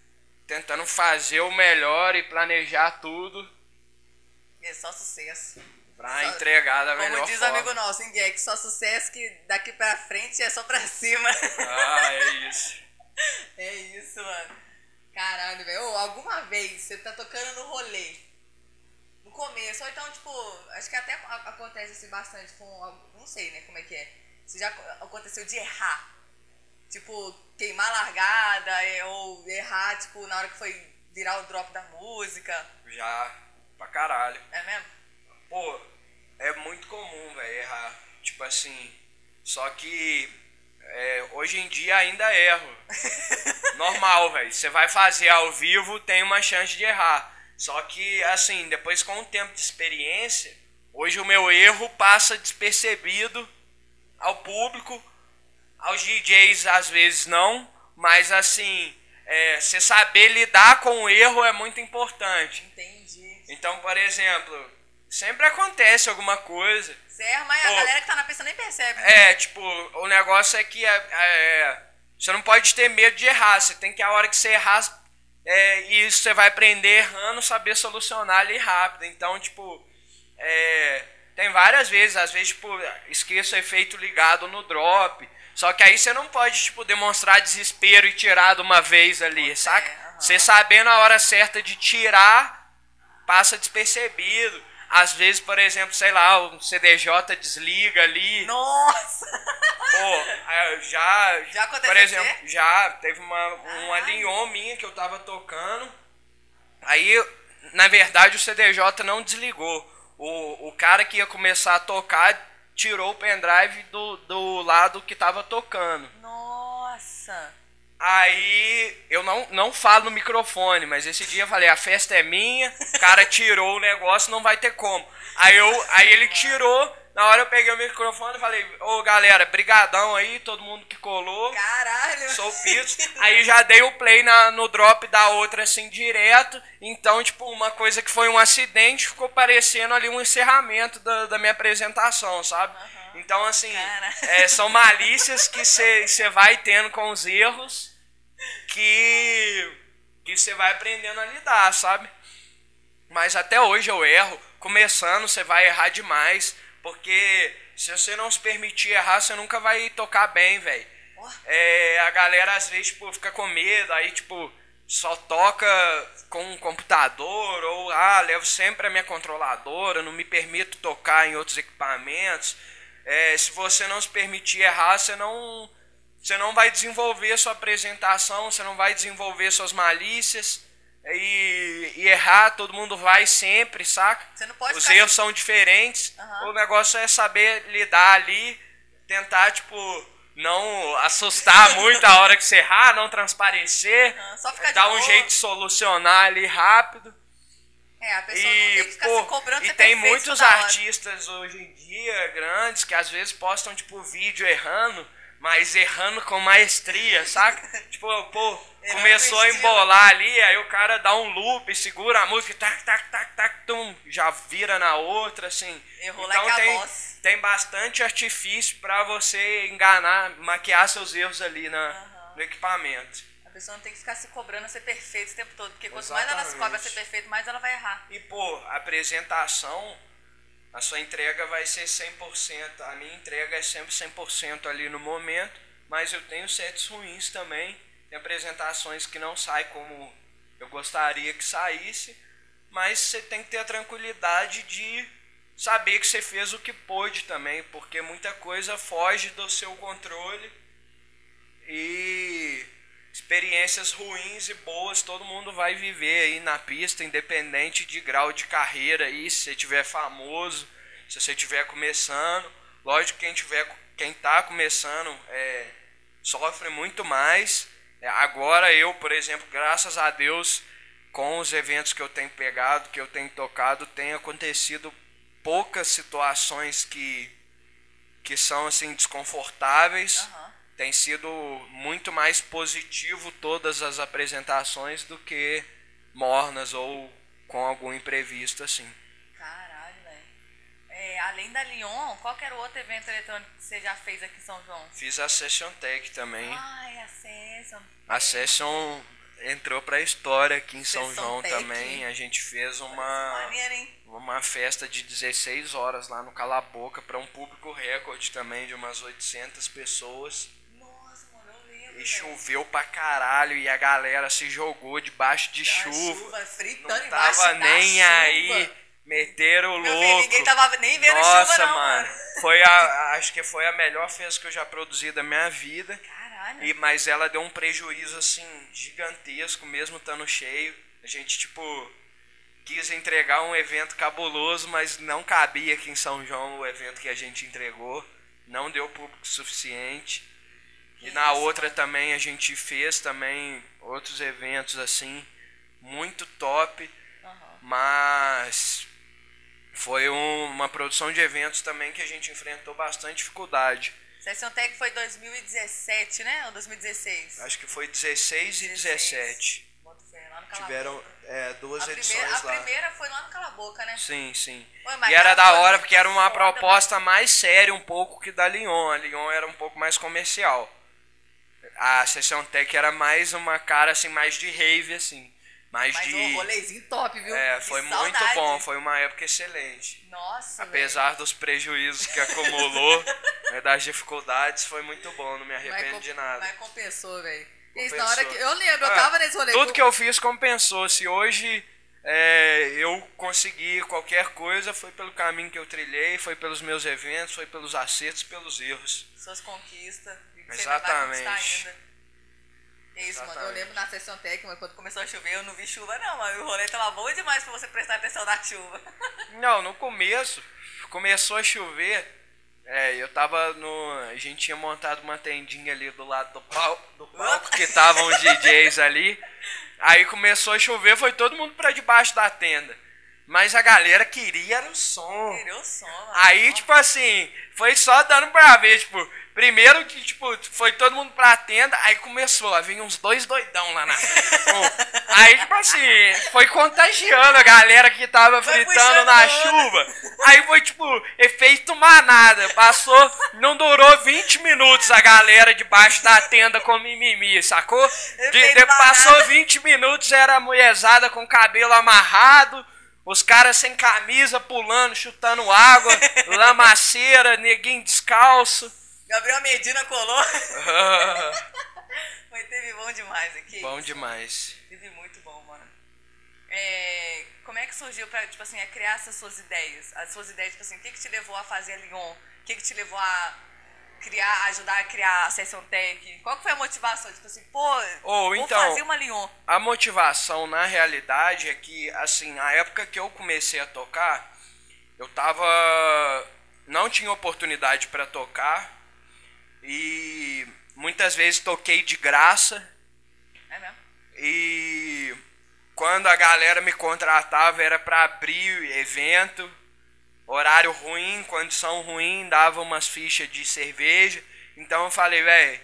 tentando fazer o melhor e planejar tudo É só sucesso. pra entregar da melhor Como diz forma. amigo nosso, em Jack, só sucesso que daqui pra frente é só pra cima. Ah, é isso. É isso, mano. Caralho, velho. Ô, alguma vez você tá tocando no rolê, no começo, ou então, tipo, acho que até acontece assim bastante com, não sei, né, como é que é. Se já aconteceu de errar, tipo, queimar a largada, ou errar, tipo, na hora que foi virar o drop da música. Já, pra caralho. É mesmo? Pô, é muito comum, velho, errar. Tipo assim, só que hoje em dia ainda erro. Normal, velho. Você vai fazer ao vivo, tem uma chance de errar. Só que, assim, depois com o tempo de experiência, hoje o meu erro passa despercebido ao público, aos DJs às vezes não, mas assim, você saber lidar com o erro é muito importante. Entendi. Então, por exemplo, sempre acontece alguma coisa. Você erra, mas Pô, a galera que tá na pista nem percebe. Tipo, o negócio é que você não pode ter medo de errar. Você tem que, a hora que você errar, e você vai aprender errando, saber solucionar ali rápido. Então, tipo, tem várias vezes, às vezes, tipo, esqueço o efeito ligado no drop. Só que aí você não pode, tipo, demonstrar desespero e tirar de uma vez ali, saca? aham. Você sabendo a hora certa de tirar, passa despercebido. Às vezes, por exemplo, sei lá, o CDJ desliga ali. Nossa! Pô, já aconteceu por exemplo, com já teve uma Lyon minha que eu tava tocando. Aí, na verdade, o CDJ não desligou. O cara que ia começar a tocar tirou o pendrive do lado que tava tocando. Nossa! Aí eu não falo no microfone, mas esse dia eu falei, a festa é minha, o cara tirou o negócio, não vai ter como. Aí ele tirou, na hora eu peguei o microfone e falei, ô galera, brigadão aí, todo mundo que colou. Caralho! Sou o Pito. Aí já dei o play no drop da outra assim direto. Então, tipo, uma coisa que foi um acidente ficou parecendo ali um encerramento da minha apresentação, sabe? Então, assim, são malícias que você vai tendo com os erros que você vai aprendendo a lidar, sabe? Mas até hoje eu erro. Começando, você vai errar demais. Porque se você não se permitir errar, você nunca vai tocar bem, velho. A galera às vezes, tipo, fica com medo. Aí, tipo, só toca com um computador. Ou, levo sempre a minha controladora. Não me permito tocar em outros equipamentos. Se você não se permitir errar, você não vai desenvolver sua apresentação, você não vai desenvolver suas malícias. E errar, todo mundo vai sempre, saca? Você não pode Os erros são diferentes. O negócio é saber lidar ali, tentar, tipo, não assustar muito a hora que você errar, não transparecer, só ficar de dar um boa. jeito de solucionar ali rápido. A pessoa não tem que ficar se cobrando e ser tem perfeito muitos toda hora. artistas hoje em dia grandes que às vezes postam tipo vídeo errando, mas errando com maestria, saca? Tipo, começou a embolar ali, aí o cara dá um loop, segura a música, tac, tac, tac, tac, tum, já vira na outra, assim. Errou então like a boss. tem bastante artifício pra você enganar, maquiar seus erros ali no equipamento. A pessoa não tem que ficar se cobrando ser perfeito o tempo todo, porque quanto mais ela se cobra ser perfeito, mais ela vai errar. E, a apresentação, a sua entrega vai ser 100%. A minha entrega é sempre 100% ali no momento, mas eu tenho sets ruins também. Tem apresentações que não saem como eu gostaria que saísse, mas você tem que ter a tranquilidade de saber que você fez o que pôde também, porque muita coisa foge do seu controle e experiências ruins e boas todo mundo vai viver aí na pista, independente de grau de carreira aí, se você tiver famoso, se você estiver começando. Lógico que quem está começando sofre muito mais. Agora eu, por exemplo, graças a Deus, com os eventos que eu tenho pegado, que eu tenho tocado, tem acontecido poucas situações que são assim desconfortáveis. Tem sido muito mais positivo todas as apresentações do que mornas ou com algum imprevisto assim. Caralho, velho. Além da Lyon, qual que era o outro evento eletrônico que você já fez aqui em São João? Fiz a Session Tech também. A Session. A Session entrou pra história aqui em São Sessão João Tech. também. A gente fez Maneiro, hein? uma festa de 16 horas lá no Cala Boca para um público recorde também de umas 800 pessoas. Nossa, mano, eu lembro. E velho. choveu pra caralho e a galera se jogou debaixo de chuva. Fritando Não embaixo tava da nem chuva. aí. Meteram o Meu louco. filho, ninguém tava nem vendo Nossa, chuva, não, mano. mano. Acho que foi a melhor festa que eu já produzi da minha vida. Caralho. Mas ela deu um prejuízo, assim, gigantesco, mesmo estando cheio. A gente, tipo, quis entregar um evento cabuloso, mas não cabia aqui em São João o evento que a gente entregou. Não deu público suficiente. E na outra também a gente fez também outros eventos, assim, muito top. Mas foi uma produção de eventos também que a gente enfrentou bastante dificuldade. Session Tech foi 2017, né? Ou 2016? Acho que foi 16 e 17. Bota fé, lá no Cala Tiveram Boca. duas A edições lá. primeira foi lá no Cala Boca, né? Sim, sim. Ué, mas E era aquela da foi hora muito porque era uma foda, proposta mais séria um pouco que da Lyon. A Lyon era um pouco mais comercial. A Session Tech era mais uma cara assim, mais de rave, assim. Mais Mas de. um rolezinho top, viu? É, Que foi saudade. muito bom, foi uma época excelente. Nossa, Apesar dos prejuízos que acumulou, né, das dificuldades, foi muito bom, não me arrependo de nada. Mas compensou, velho. Isso, Compensou. na hora que eu lembro, eu tava nesse rolê. Tudo que eu fiz compensou. Se hoje eu consegui qualquer coisa, foi pelo caminho que eu trilhei, foi pelos meus eventos, foi pelos acertos, pelos erros. Suas conquistas. E que Exatamente. você ainda vai conquistar ainda. É isso, Exatamente. mano. Eu lembro na sessão técnica, quando começou a chover, eu não vi chuva, não, mas o rolê tava bom demais pra você prestar atenção na chuva. Não, no começo, começou a chover. Eu tava no. A gente tinha montado uma tendinha ali do lado do palco que estavam os DJs ali. Aí começou a chover, foi todo mundo pra debaixo da tenda. Mas a galera queria era o som. Queria o som, mano. Aí, tipo assim, foi só dando pra ver, tipo, primeiro que, tipo, foi todo mundo pra tenda, aí começou a vir uns dois doidão lá na. Aí, tipo assim, foi contagiando a galera que tava fritando na chuva. Aí foi, tipo, efeito manada. Passou, não durou 20 minutos a galera debaixo da tenda com mimimi, sacou? Passou 20 minutos, era a mulherzada com o cabelo amarrado. Os caras sem camisa, pulando, chutando água, lamaceira, neguinho descalço. Gabriel Medina colou. Mas teve bom demais aqui. Bom demais. Teve muito bom, mano. Como é que surgiu pra, tipo assim, a criar essas suas ideias? As suas ideias, tipo assim, o que te levou a fazer a Lyon? O que te levou a ajudar a criar a Session Tech? Qual que foi a motivação? Tipo assim, vou fazer uma Lyon. A motivação, na realidade, é que, assim, na época que eu comecei a tocar, eu não tinha oportunidade para tocar e muitas vezes toquei de graça. É mesmo? E quando a galera me contratava era para abrir evento. Horário ruim, condição ruim, dava umas fichas de cerveja. Então eu falei, velho,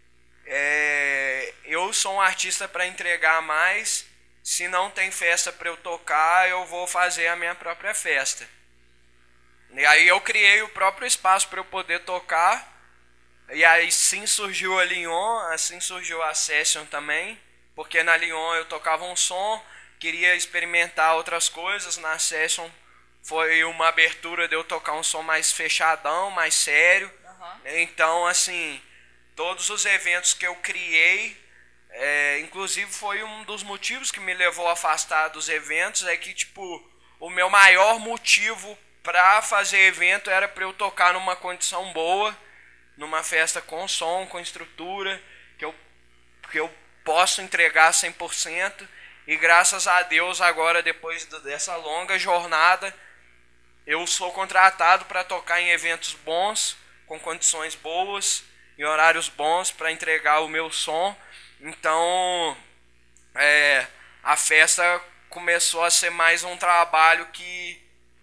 eu sou um artista para entregar mais. Se não tem festa para eu tocar, eu vou fazer a minha própria festa. E aí eu criei o próprio espaço para eu poder tocar. E aí sim surgiu a Lyon, assim surgiu a Session também. Porque na Lyon eu tocava um som, queria experimentar outras coisas. Na Session foi uma abertura de eu tocar um som mais fechadão, mais sério. Então, assim, todos os eventos que eu criei, inclusive foi um dos motivos que me levou a afastar dos eventos, é que, tipo, o meu maior motivo pra fazer evento era pra eu tocar numa condição boa, numa festa com som, com estrutura, que eu posso entregar 100%. E graças a Deus, agora, depois dessa longa jornada, eu sou contratado para tocar em eventos bons, com condições boas, em horários bons para entregar o meu som. Então, a festa começou a ser mais um trabalho que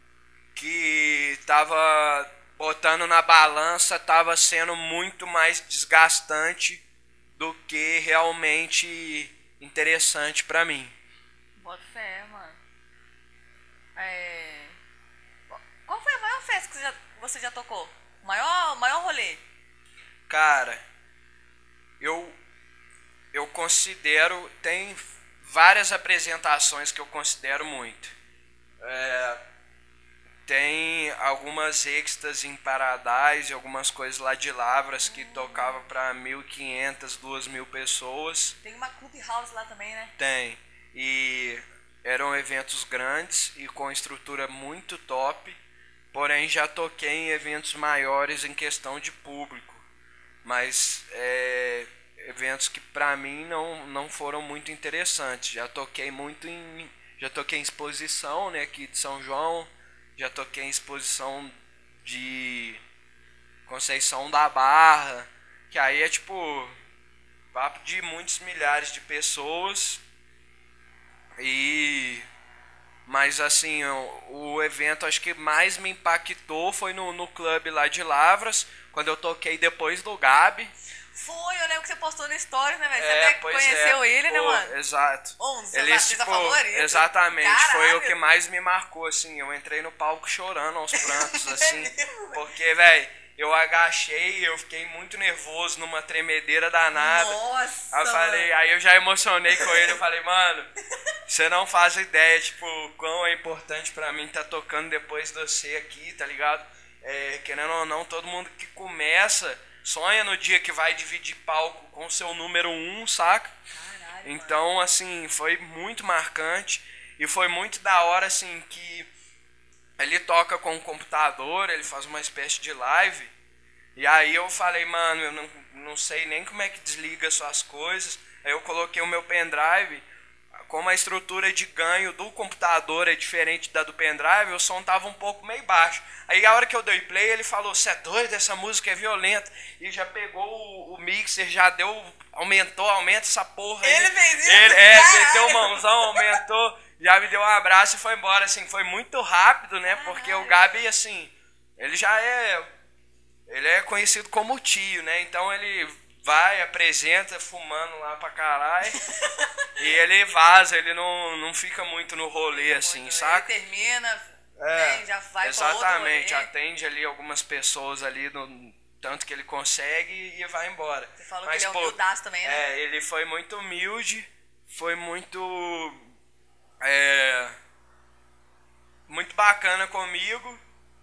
estava botando na balança, estava sendo muito mais desgastante do que realmente interessante para mim. Bota fé, mano. Qual foi a maior festa que você já tocou? Maior rolê? Cara, eu considero, tem várias apresentações que eu considero muito. Tem algumas êxtases em Paradise, algumas coisas lá de Lavras que tocava para 1.500, 2.000 pessoas. Tem uma Clubhouse lá também, né? Tem. E eram eventos grandes e com estrutura muito top. Porém, já toquei em eventos maiores em questão de público. Mas eventos que para mim não foram muito interessantes. Já toquei em exposição, né, aqui de São João. Já toquei em exposição de Conceição da Barra, que aí é tipo papo de muitos milhares de pessoas. Mas assim, o evento acho que mais me impactou foi no clube lá de Lavras, quando eu toquei depois do Gabi. Foi, eu lembro que você postou no Stories, né, velho? Você até conheceu ele, né, mano? Exato. Um dos seus artistas favoritos. Exatamente, Caralho. foi o que mais me marcou, assim. Eu entrei no palco chorando aos prantos, assim. Porque, velho, eu agachei, eu fiquei muito nervoso, numa tremedeira danada. Nossa! Aí eu já emocionei com ele, eu falei, mano, você não faz ideia, tipo, quão é importante pra mim tá tocando depois de você aqui, tá ligado? Querendo ou não, todo mundo que começa sonha no dia que vai dividir palco com o seu número 1, saca? Caralho, então, mano. assim, foi muito marcante e foi muito da hora, assim, que ele toca com o computador, ele faz uma espécie de live. E aí eu falei, mano, eu não sei nem como é que desliga suas coisas. Aí eu coloquei o meu pendrive. Como a estrutura de ganho do computador é diferente da do pendrive, o som tava um pouco meio baixo. Aí a hora que eu dei play, ele falou, cê é doido, essa música é violenta. E já pegou o mixer, já deu, aumenta essa porra aí. Ele fez isso? Ele, Caralho. meteu o mãozão, aumentou, já me deu um abraço e foi embora. Assim, foi muito rápido, né? Porque o Gabi, assim, ele já ele é conhecido como tio, né? Então ele vai, apresenta, fumando lá pra caralho. E ele vaza, ele não fica muito no rolê, assim, Muito, saca? Ele termina, né, já vai exatamente, pra outro rolê. atende ali algumas pessoas ali, tanto que ele consegue e vai embora. Você falou Mas, que ele é humildaço também, né? ele foi muito humilde, foi muito bacana comigo.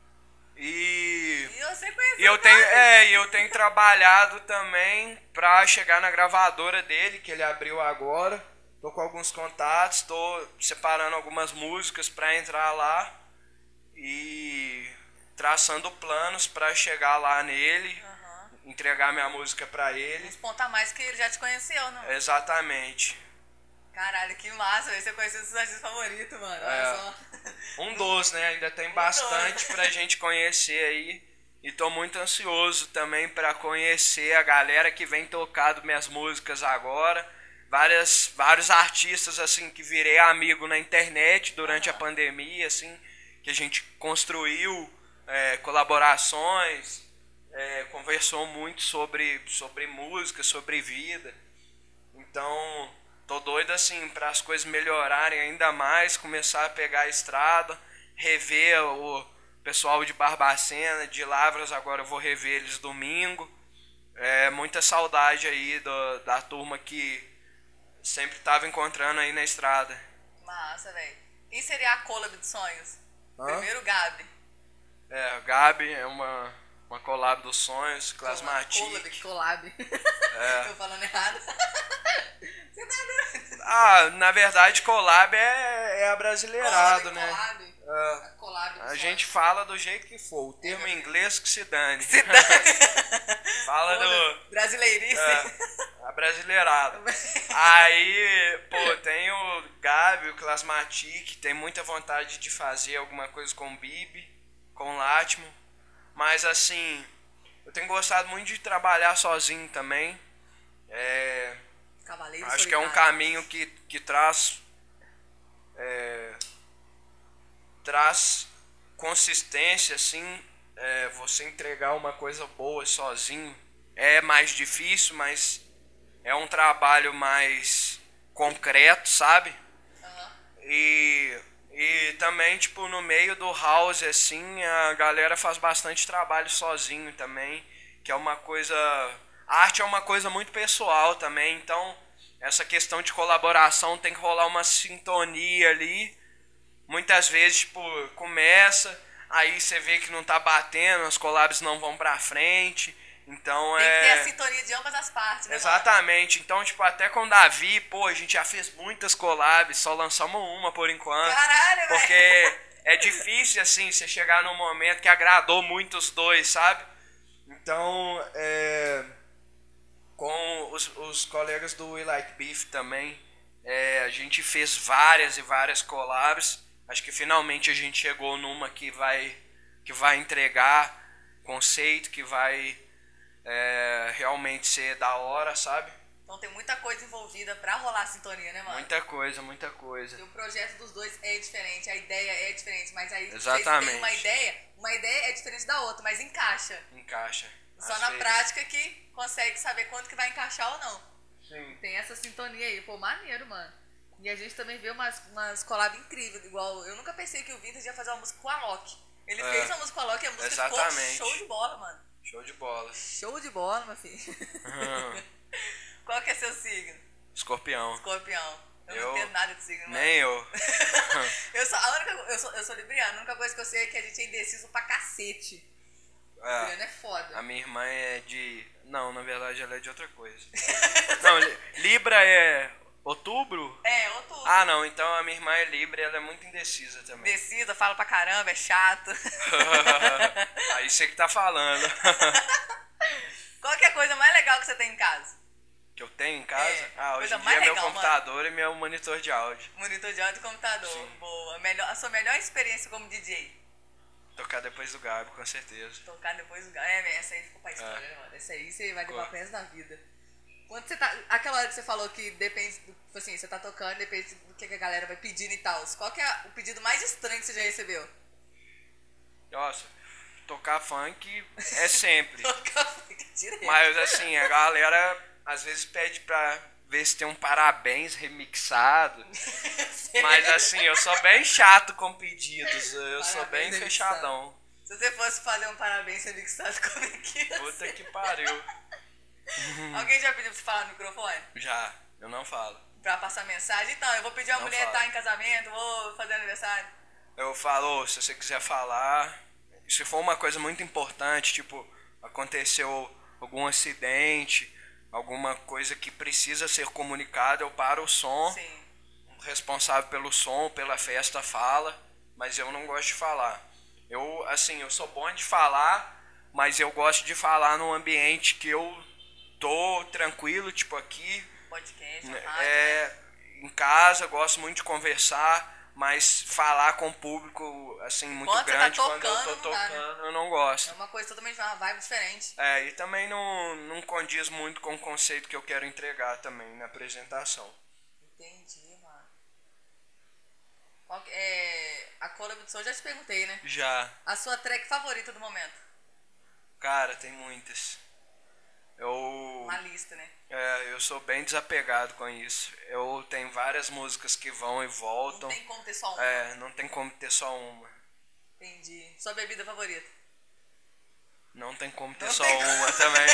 E você conheceu eu tenho trabalhado também pra chegar na gravadora dele, que ele abriu agora. Tô com alguns contatos, tô separando algumas músicas pra entrar lá e traçando planos pra chegar lá nele, entregar minha música pra ele. Uns pontos a mais que ele já te conheceu, não? Exatamente. Caralho, que massa, você conheceu os seus artistas favoritos, mano. Olha só. Um dos, né? Ainda tem bastante pra gente conhecer aí. E tô muito ansioso também pra conhecer a galera que vem tocando minhas músicas agora. Vários artistas, assim, que virei amigo na internet durante a pandemia, assim, que a gente construiu colaborações, conversou muito sobre música, sobre vida. Então, tô doido, assim, para as coisas melhorarem ainda mais, começar a pegar a estrada, rever o pessoal de Barbacena, de Lavras, agora eu vou rever eles domingo. Muita saudade aí da turma que sempre tava encontrando aí na estrada. Massa, velho. Quem seria a collab de sonhos? Primeiro, Gabi. O Gabi é uma collab dos sonhos, Clasmatic. Collab. Tô falando errado. Você tá doido? Na verdade, collab é abrasileirado, né? Collab. Collab A gente fala do jeito que for. O termo em inglês que se dane. Fala do brasileirice. Abrasileirado. Aí, pô, tem o Gabi, o Clasmatic, tem muita vontade de fazer alguma coisa com o Bibi, com o Latimo. Mas assim, eu tenho gostado muito de trabalhar sozinho também. Acho que é um caminho que traz consistência, assim. Você entregar uma coisa boa sozinho é mais difícil, mas é um trabalho mais concreto, sabe? E também, tipo, no meio do house, assim, a galera faz bastante trabalho sozinho também, que é uma coisa... A arte é uma coisa muito pessoal também, então essa questão de colaboração tem que rolar uma sintonia ali. Muitas vezes, tipo, começa, aí você vê que não tá batendo, as collabs não vão pra frente. Então Tem que ter a sintonia de ambas as partes, né? Exatamente. Mano? Então, tipo, até com o Davi, pô, a gente já fez muitas collabs, só lançamos uma por enquanto. Caralho, velho. Porque é difícil, assim, você chegar num momento que agradou muito os dois, sabe? Então, com os colegas do We Like Beef também, a gente fez várias e várias collabs. Acho que finalmente a gente chegou numa que vai entregar conceito, que vai realmente ser da hora, sabe? Então tem muita coisa envolvida pra rolar a sintonia, né, mano? Muita coisa, muita coisa. E o projeto dos dois é diferente, a ideia é diferente, mas aí Exatamente. vocês têm uma ideia é diferente da outra, mas encaixa. Encaixa. Só na prática que consegue saber quanto que vai encaixar ou não. Sim. Tem essa sintonia aí, pô, maneiro, mano. E a gente também vê umas collabs incríveis, igual, eu nunca pensei que o Vintage ia fazer uma música com a Alok. Ele fez uma música com a Alok e a música ficou show de bola, mano. Show de bola. Show de bola, meu filho. Qual que é seu signo? Escorpião. Escorpião. Eu não entendo nada de signo, mano. Nem eu. Eu sou libriano, a única coisa que eu sei é que a gente é indeciso pra cacete. Libriano é foda. A minha irmã é de... Não, na verdade ela é de outra coisa. Não, Libra é outubro? É, outubro. Ah, não, então a minha irmã é Libra e ela é muito indecisa também. Indecisa, fala pra caramba, é chato. Aí você que tá falando. Qual que é a coisa mais legal que você tem em casa? Que eu tenho em casa? Hoje em dia é meu computador, mano, e meu monitor de áudio. Monitor de áudio e computador. Sim. Boa. A sua melhor experiência como DJ? Tocar depois do Gabi, com certeza. Tocar depois do Gabi. Essa aí ficou pra história, né, mano? Essa aí você vai levar pro resto da vida. Quando você tá... Aquela hora que você falou que depende... Tipo assim, você tá tocando, depende do que a galera vai pedindo e tal. Qual que é o pedido mais estranho que você já recebeu? Nossa, tocar funk é sempre. Tocar funk direto. Mas assim, a galera às vezes pede pra ver se tem um parabéns remixado. Mas assim, eu sou bem chato com pedidos. Eu sou bem fechadão. Se você fosse fazer um parabéns remixado, como é que ia Puta que pariu. Alguém já pediu pra você falar no microfone? Já, eu não falo. Pra passar mensagem? Então, eu vou pedir a mulher tá em casamento, vou fazer aniversário. Eu falo, se você quiser falar, se for uma coisa muito importante, tipo, aconteceu algum acidente, alguma coisa que precisa ser comunicada, eu paro o som. Sim. O responsável pelo som, pela festa fala, mas eu não gosto de falar. Eu sou bom de falar, mas eu gosto de falar num ambiente que eu tô tranquilo, tipo aqui. Podcast, em casa, gosto muito de conversar, mas falar com o público, assim, muito grande, quando eu tô tocando, eu não gosto. É uma coisa totalmente, uma vibe diferente. E também não condiz muito com o conceito que eu quero entregar também na apresentação. Entendi, mano. A collab do som eu já te perguntei, né? Já. A sua track favorita do momento? Cara, tem muitas. Uma lista, né? Eu sou bem desapegado com isso. Eu tenho várias músicas que vão e voltam. Não tem como ter só uma. Não tem como ter só uma. Entendi. Sua bebida favorita? Não tem como ter só uma também.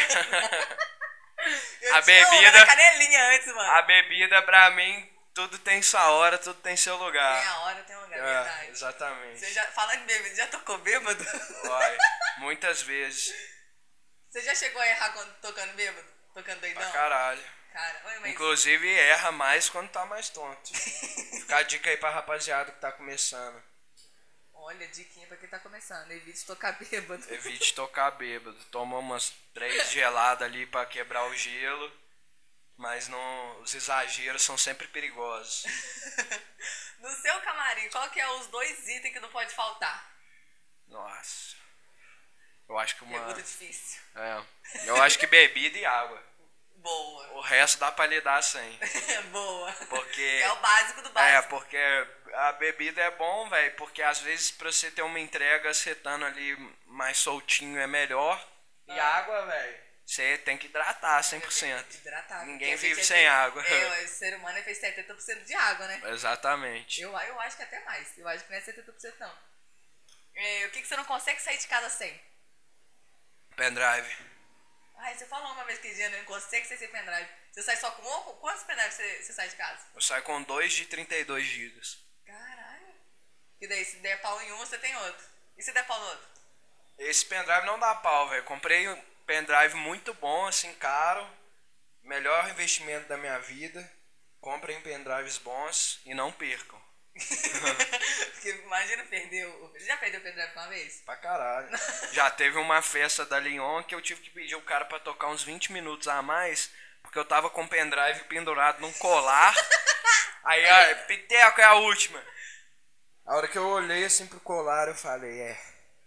A bebida... canelinha antes, mano. A bebida, pra mim, tudo tem sua hora, tudo tem seu lugar. Tem a hora, tem um lugar, verdade. Exatamente. Você falando em bebida, já tocou bêbado? Vai, muitas vezes. Você já chegou a errar tocando bêbado? Tocando doidão? Pra caralho. Mas... Inclusive erra mais quando tá mais tonto. Fica a dica aí pra rapaziada que tá começando. Olha, diquinha pra quem tá começando. Evite tocar bêbado. Evite tocar bêbado. Toma umas 3 geladas ali pra quebrar o gelo. Mas os exageros são sempre perigosos. No seu camarim, qual que é os 2 itens que não pode faltar? Nossa. Eu acho que Pergunta difícil. Eu acho que bebida e água. Boa. O resto dá pra lidar sem. Boa. Porque... É o básico do básico. Porque a bebida é bom, velho. Porque às vezes pra você ter uma entrega setando ali mais soltinho é melhor. E água, velho, você tem que hidratar 100%. Hidratar. Ninguém vive sem água. O ser humano é feito 70% de água, né? Exatamente. Eu acho que até mais. Eu acho que não é 70% não. O que você não consegue sair de casa sem? Pendrive. Ai, você falou uma vez que dia, não consegue ser pendrive. Você sai só com um? Quantos pendrives você sai de casa? Eu saio com 2 de 32 gigas. Caralho. E daí, se der pau em um, você tem outro. E se der pau no outro? Esse pendrive não dá pau, velho. Comprei um pendrive muito bom, assim, caro. Melhor investimento da minha vida. Comprem pendrives bons e não percam. Porque imagina perder o... Você já perdeu o pendrive uma vez? Pra caralho. Já teve uma festa da Lyon que eu tive que pedir o cara pra tocar uns 20 minutos a mais, porque eu tava com o pendrive pendurado num colar. Aí, Piteco, é a última. A hora que eu olhei assim pro colar, eu falei,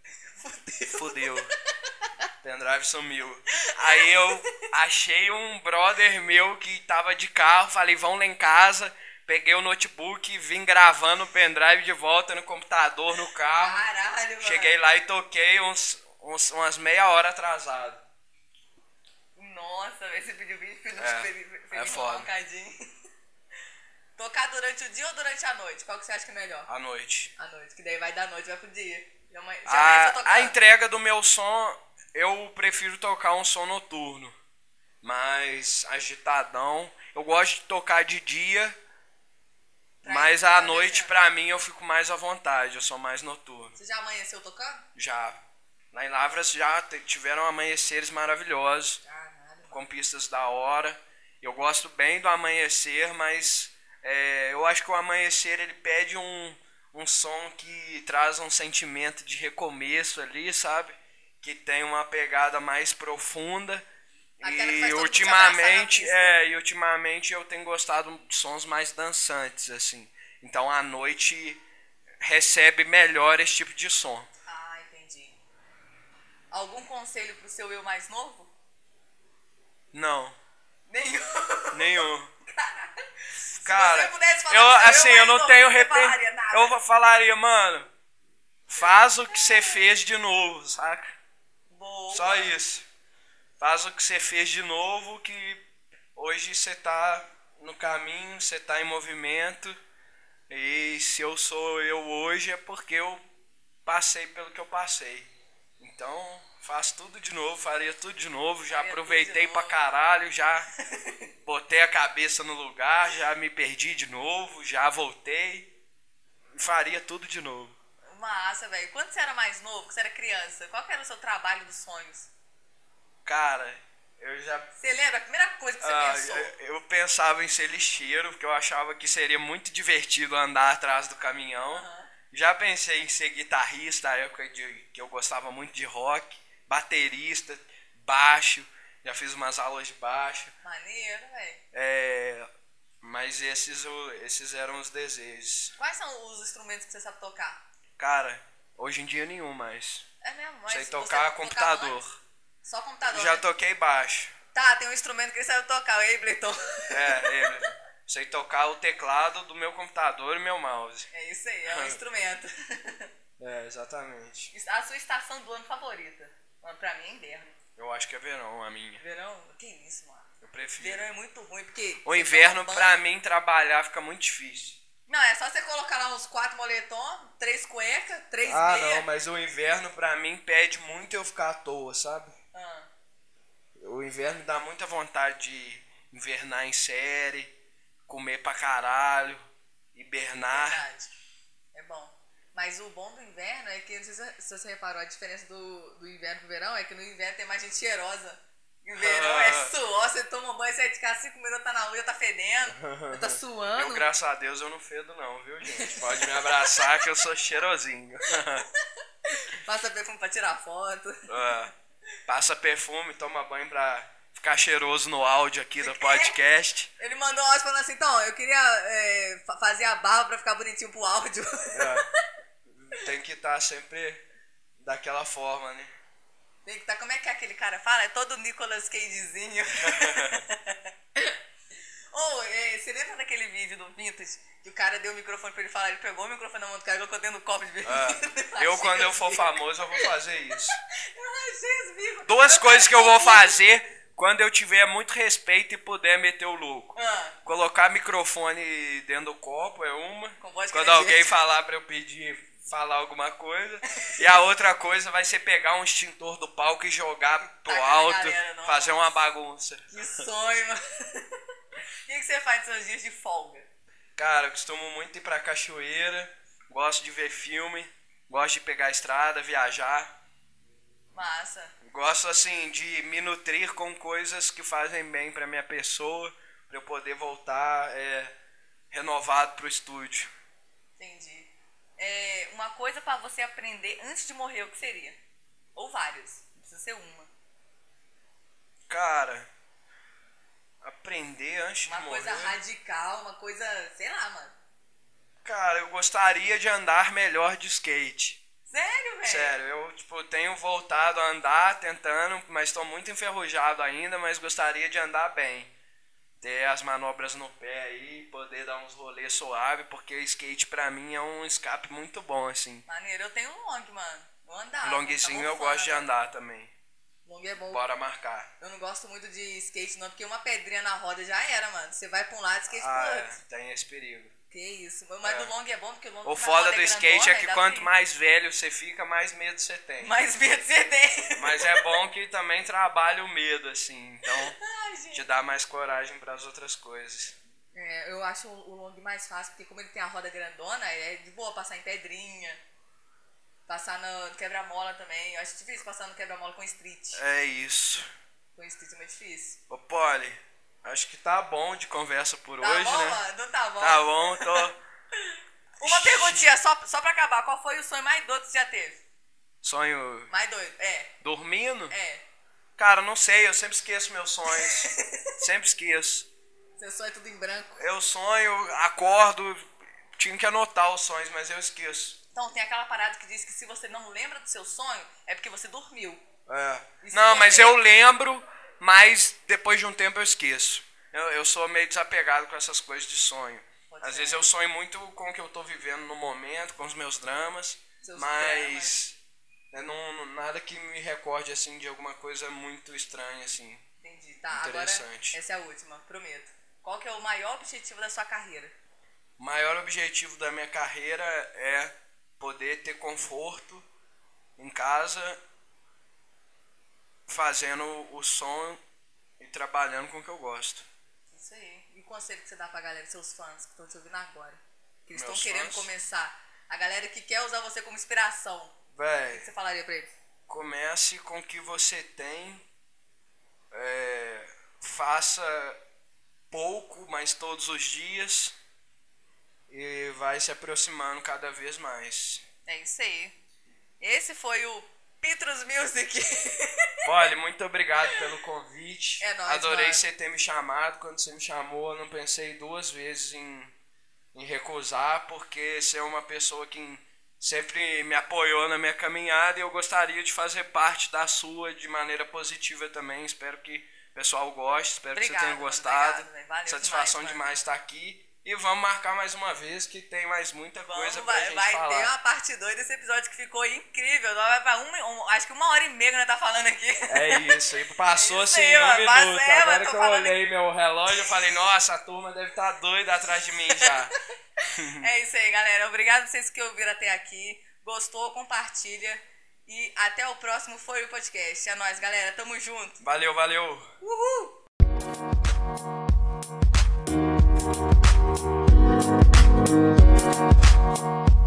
fudeu. O pendrive sumiu. Aí eu achei um brother meu que tava de carro, falei, vão lá em casa. Peguei o notebook e vim gravando o pendrive de volta no computador, no carro. Caralho, mano. Cheguei lá e toquei umas meia hora atrasado. Nossa, velho, você pediu 20 minutos É foda. Um bocadinho. Tocar durante o dia ou durante a noite? Qual que você acha que é melhor? À noite. À noite, que daí vai da noite, vai pro dia. A entrega do meu som, eu prefiro tocar um som noturno. Mais agitadão. Eu gosto de tocar de dia. Mas à noite, pra mim, eu fico mais à vontade, eu sou mais noturno. Você já amanheceu tocando? Já. Lá em Lavras já tiveram amanheceres maravilhosos. Caralho. Com pistas da hora. Eu gosto bem do amanhecer, mas eu acho que o amanhecer ele pede um som que traz um sentimento de recomeço ali, sabe? Que tem uma pegada mais profunda. E ultimamente eu tenho gostado de sons mais dançantes, assim. Então à noite recebe melhor esse tipo de som. Ah, entendi. Algum conselho pro seu eu mais novo? Não. Nenhum. Cara, se você pudesse falar eu não tenho eu falaria, mano, faz o que você fez de novo, saca? Boa. Só isso. Faz o que você fez de novo, que hoje você tá no caminho, você tá em movimento. E se eu sou eu hoje é porque eu passei pelo que eu passei. Então, faço tudo de novo, faria tudo de novo. Já aproveitei pra caralho, já botei a cabeça no lugar, já me perdi de novo, já voltei. Faria tudo de novo. Massa, velho. Quando você era mais novo, que você era criança, qual que era o seu trabalho dos sonhos? Cara, eu já... Você lembra a primeira coisa que você pensou? Eu pensava em ser lixeiro, porque eu achava que seria muito divertido andar atrás do caminhão. Uhum. Já pensei em ser guitarrista, na época que eu gostava muito de rock, baterista, baixo, já fiz umas aulas de baixo. Maneiro, velho. Mas esses eram os desejos. Quais são os instrumentos que você sabe tocar? Cara, hoje em dia nenhum mais. É mesmo? Mas sei tocar computador. Só computador? Já né? toquei baixo. Tá, tem um instrumento que ele sabe tocar, o Ableton. Ableton. Sei tocar o teclado do meu computador e meu mouse. É isso aí, é um instrumento. Exatamente. A sua estação do ano favorita? Pra mim é inverno. Eu acho que é verão, a minha. Verão? Que isso, mano? Eu prefiro. Verão é muito ruim, porque... O inverno, pra mim, trabalhar fica muito difícil. Não, é só você colocar lá uns 4 moletom, 3 cuecas, 3 meia. Não, mas o inverno, pra mim, pede muito eu ficar à toa, sabe? O inverno dá muita vontade de invernar em série, comer pra caralho, hibernar. Verdade. É bom. Mas o bom do inverno é que, não sei se você reparou, a diferença do inverno pro verão é que no inverno tem mais gente cheirosa. No verão é suor, você toma banho, você vai ficar 5 minutos, tá na rua, já tá fedendo, já tá suando. Eu, graças a Deus, eu não fedo não, viu, gente? Pode me abraçar que eu sou cheirosinho. Passa perfume pra tirar foto. Passa perfume, toma banho pra ficar cheiroso no áudio aqui do podcast. Ele mandou um áudio falando assim, então, eu queria fazer a barba pra ficar bonitinho pro áudio. Tem que estar sempre daquela forma, né? Tem que estar, como é que aquele cara fala? É todo Nicolas Cagezinho. Você lembra daquele vídeo do Vintage? Que o cara deu o microfone pra ele falar, ele pegou o microfone na mão do cara e colocou dentro do copo de bebida. Quando eu for famoso, eu vou fazer isso. Eu achei os bicos. Duas coisas que eu vou fazer quando eu tiver muito respeito e puder meter o louco. Colocar microfone dentro do copo é uma. Quando alguém falar pra eu pedir falar alguma coisa. E a outra coisa vai ser pegar um extintor do palco e jogar pro alto, galera, fazer uma bagunça. Que sonho, mano. O que você faz nos seus dias de folga? Cara, eu costumo muito ir pra cachoeira, gosto de ver filme, gosto de pegar a estrada, viajar. Massa. Gosto, assim, de me nutrir com coisas que fazem bem pra minha pessoa, pra eu poder voltar renovado pro estúdio. Entendi. Uma coisa pra você aprender antes de morrer, o que seria? Ou várias, não precisa ser uma. Cara, aprender antes de morrer... Uma coisa radical, uma coisa, sei lá, mano. Cara, eu gostaria de andar melhor de skate. Sério, velho? Sério, eu tenho voltado a andar, tentando, mas estou muito enferrujado ainda, mas gostaria de andar bem. Ter as manobras no pé aí, poder dar uns rolês suave, porque skate pra mim é um escape muito bom, assim. Maneiro, eu tenho um long, mano. Vou andar. Longzinho eu gosto de andar também. Long é bom. Bora marcar. Eu não gosto muito de skate não, porque uma pedrinha na roda já era, mano. Você vai pra um lado, skate pro outro. Tem esse perigo. Que isso, mas do long é bom, porque o long O foda do skate é que quanto mais velho você fica, mais medo você tem. Mais medo você tem. Mas é bom que também trabalha o medo, assim. Então, te dá mais coragem para as outras coisas. Eu acho o long mais fácil, porque como ele tem a roda grandona, é de boa passar em pedrinha. Passar no quebra-mola também. Eu acho difícil passar no quebra-mola com street. É isso. Com street é muito difícil. Ô, Polly, acho que tá bom de conversa por hoje, bom, né? Mano? Não tá bom. Tá bom, tô... Uma perguntinha, só pra acabar. Qual foi o sonho mais doido que você já teve? Sonho... Mais doido, Dormindo? É. Cara, não sei, eu sempre esqueço meus sonhos. Sempre esqueço. Seu sonho é tudo em branco? Eu sonho, acordo, tinha que anotar os sonhos, mas eu esqueço. Então, tem aquela parada que diz que se você não lembra do seu sonho, é porque você dormiu. Não, mas eu lembro, mas depois de um tempo eu esqueço. Eu sou meio desapegado com essas coisas de sonho. Às vezes eu sonho muito com o que eu tô vivendo no momento, com os meus dramas, mas não, nada que me recorde assim de alguma coisa muito estranha assim. Entendi, tá. Interessante. Agora essa é a última, prometo. Qual que é o maior objetivo da sua carreira? O maior objetivo da minha carreira é poder ter conforto em casa, fazendo o som e trabalhando com o que eu gosto. Isso aí. E o conselho que você dá pra galera, seus fãs que estão te ouvindo agora? Que eles estão Meus querendo fãs? começar. A galera que quer usar você como inspiração. O Véi, que você falaria pra eles? comece com o que você tem, faça pouco, mas todos os dias, e vai se aproximando cada vez mais. É isso aí. Esse foi o Pitros Music. Olha, muito obrigado pelo convite. É nóis, Adorei mano. você ter me chamado. Quando você me chamou, eu não pensei duas vezes em recusar, porque você é uma pessoa que sempre me apoiou na minha caminhada e eu gostaria de fazer parte da sua de maneira positiva também. Espero que o pessoal goste, espero que você tenha Mano, gostado. obrigado, velho. Valeu Satisfação demais, demais estar aqui. E vamos marcar mais uma vez, que tem mais muita coisa pra gente vai falar. ter uma parte 2 desse episódio que ficou incrível. Nós vai pra acho que 1h30 que nós tá falando aqui. É isso, aí passou Isso assim aí, um mano, minuto. mas Agora tô que eu falando olhei meu relógio, eu falei, nossa, a turma deve estar doida atrás de mim já. É isso aí, galera. Obrigado a vocês que ouviram até aqui. Gostou? Compartilha. E até o próximo Foi o Podcast. É nóis, galera. Tamo junto. Valeu, valeu. Uhul!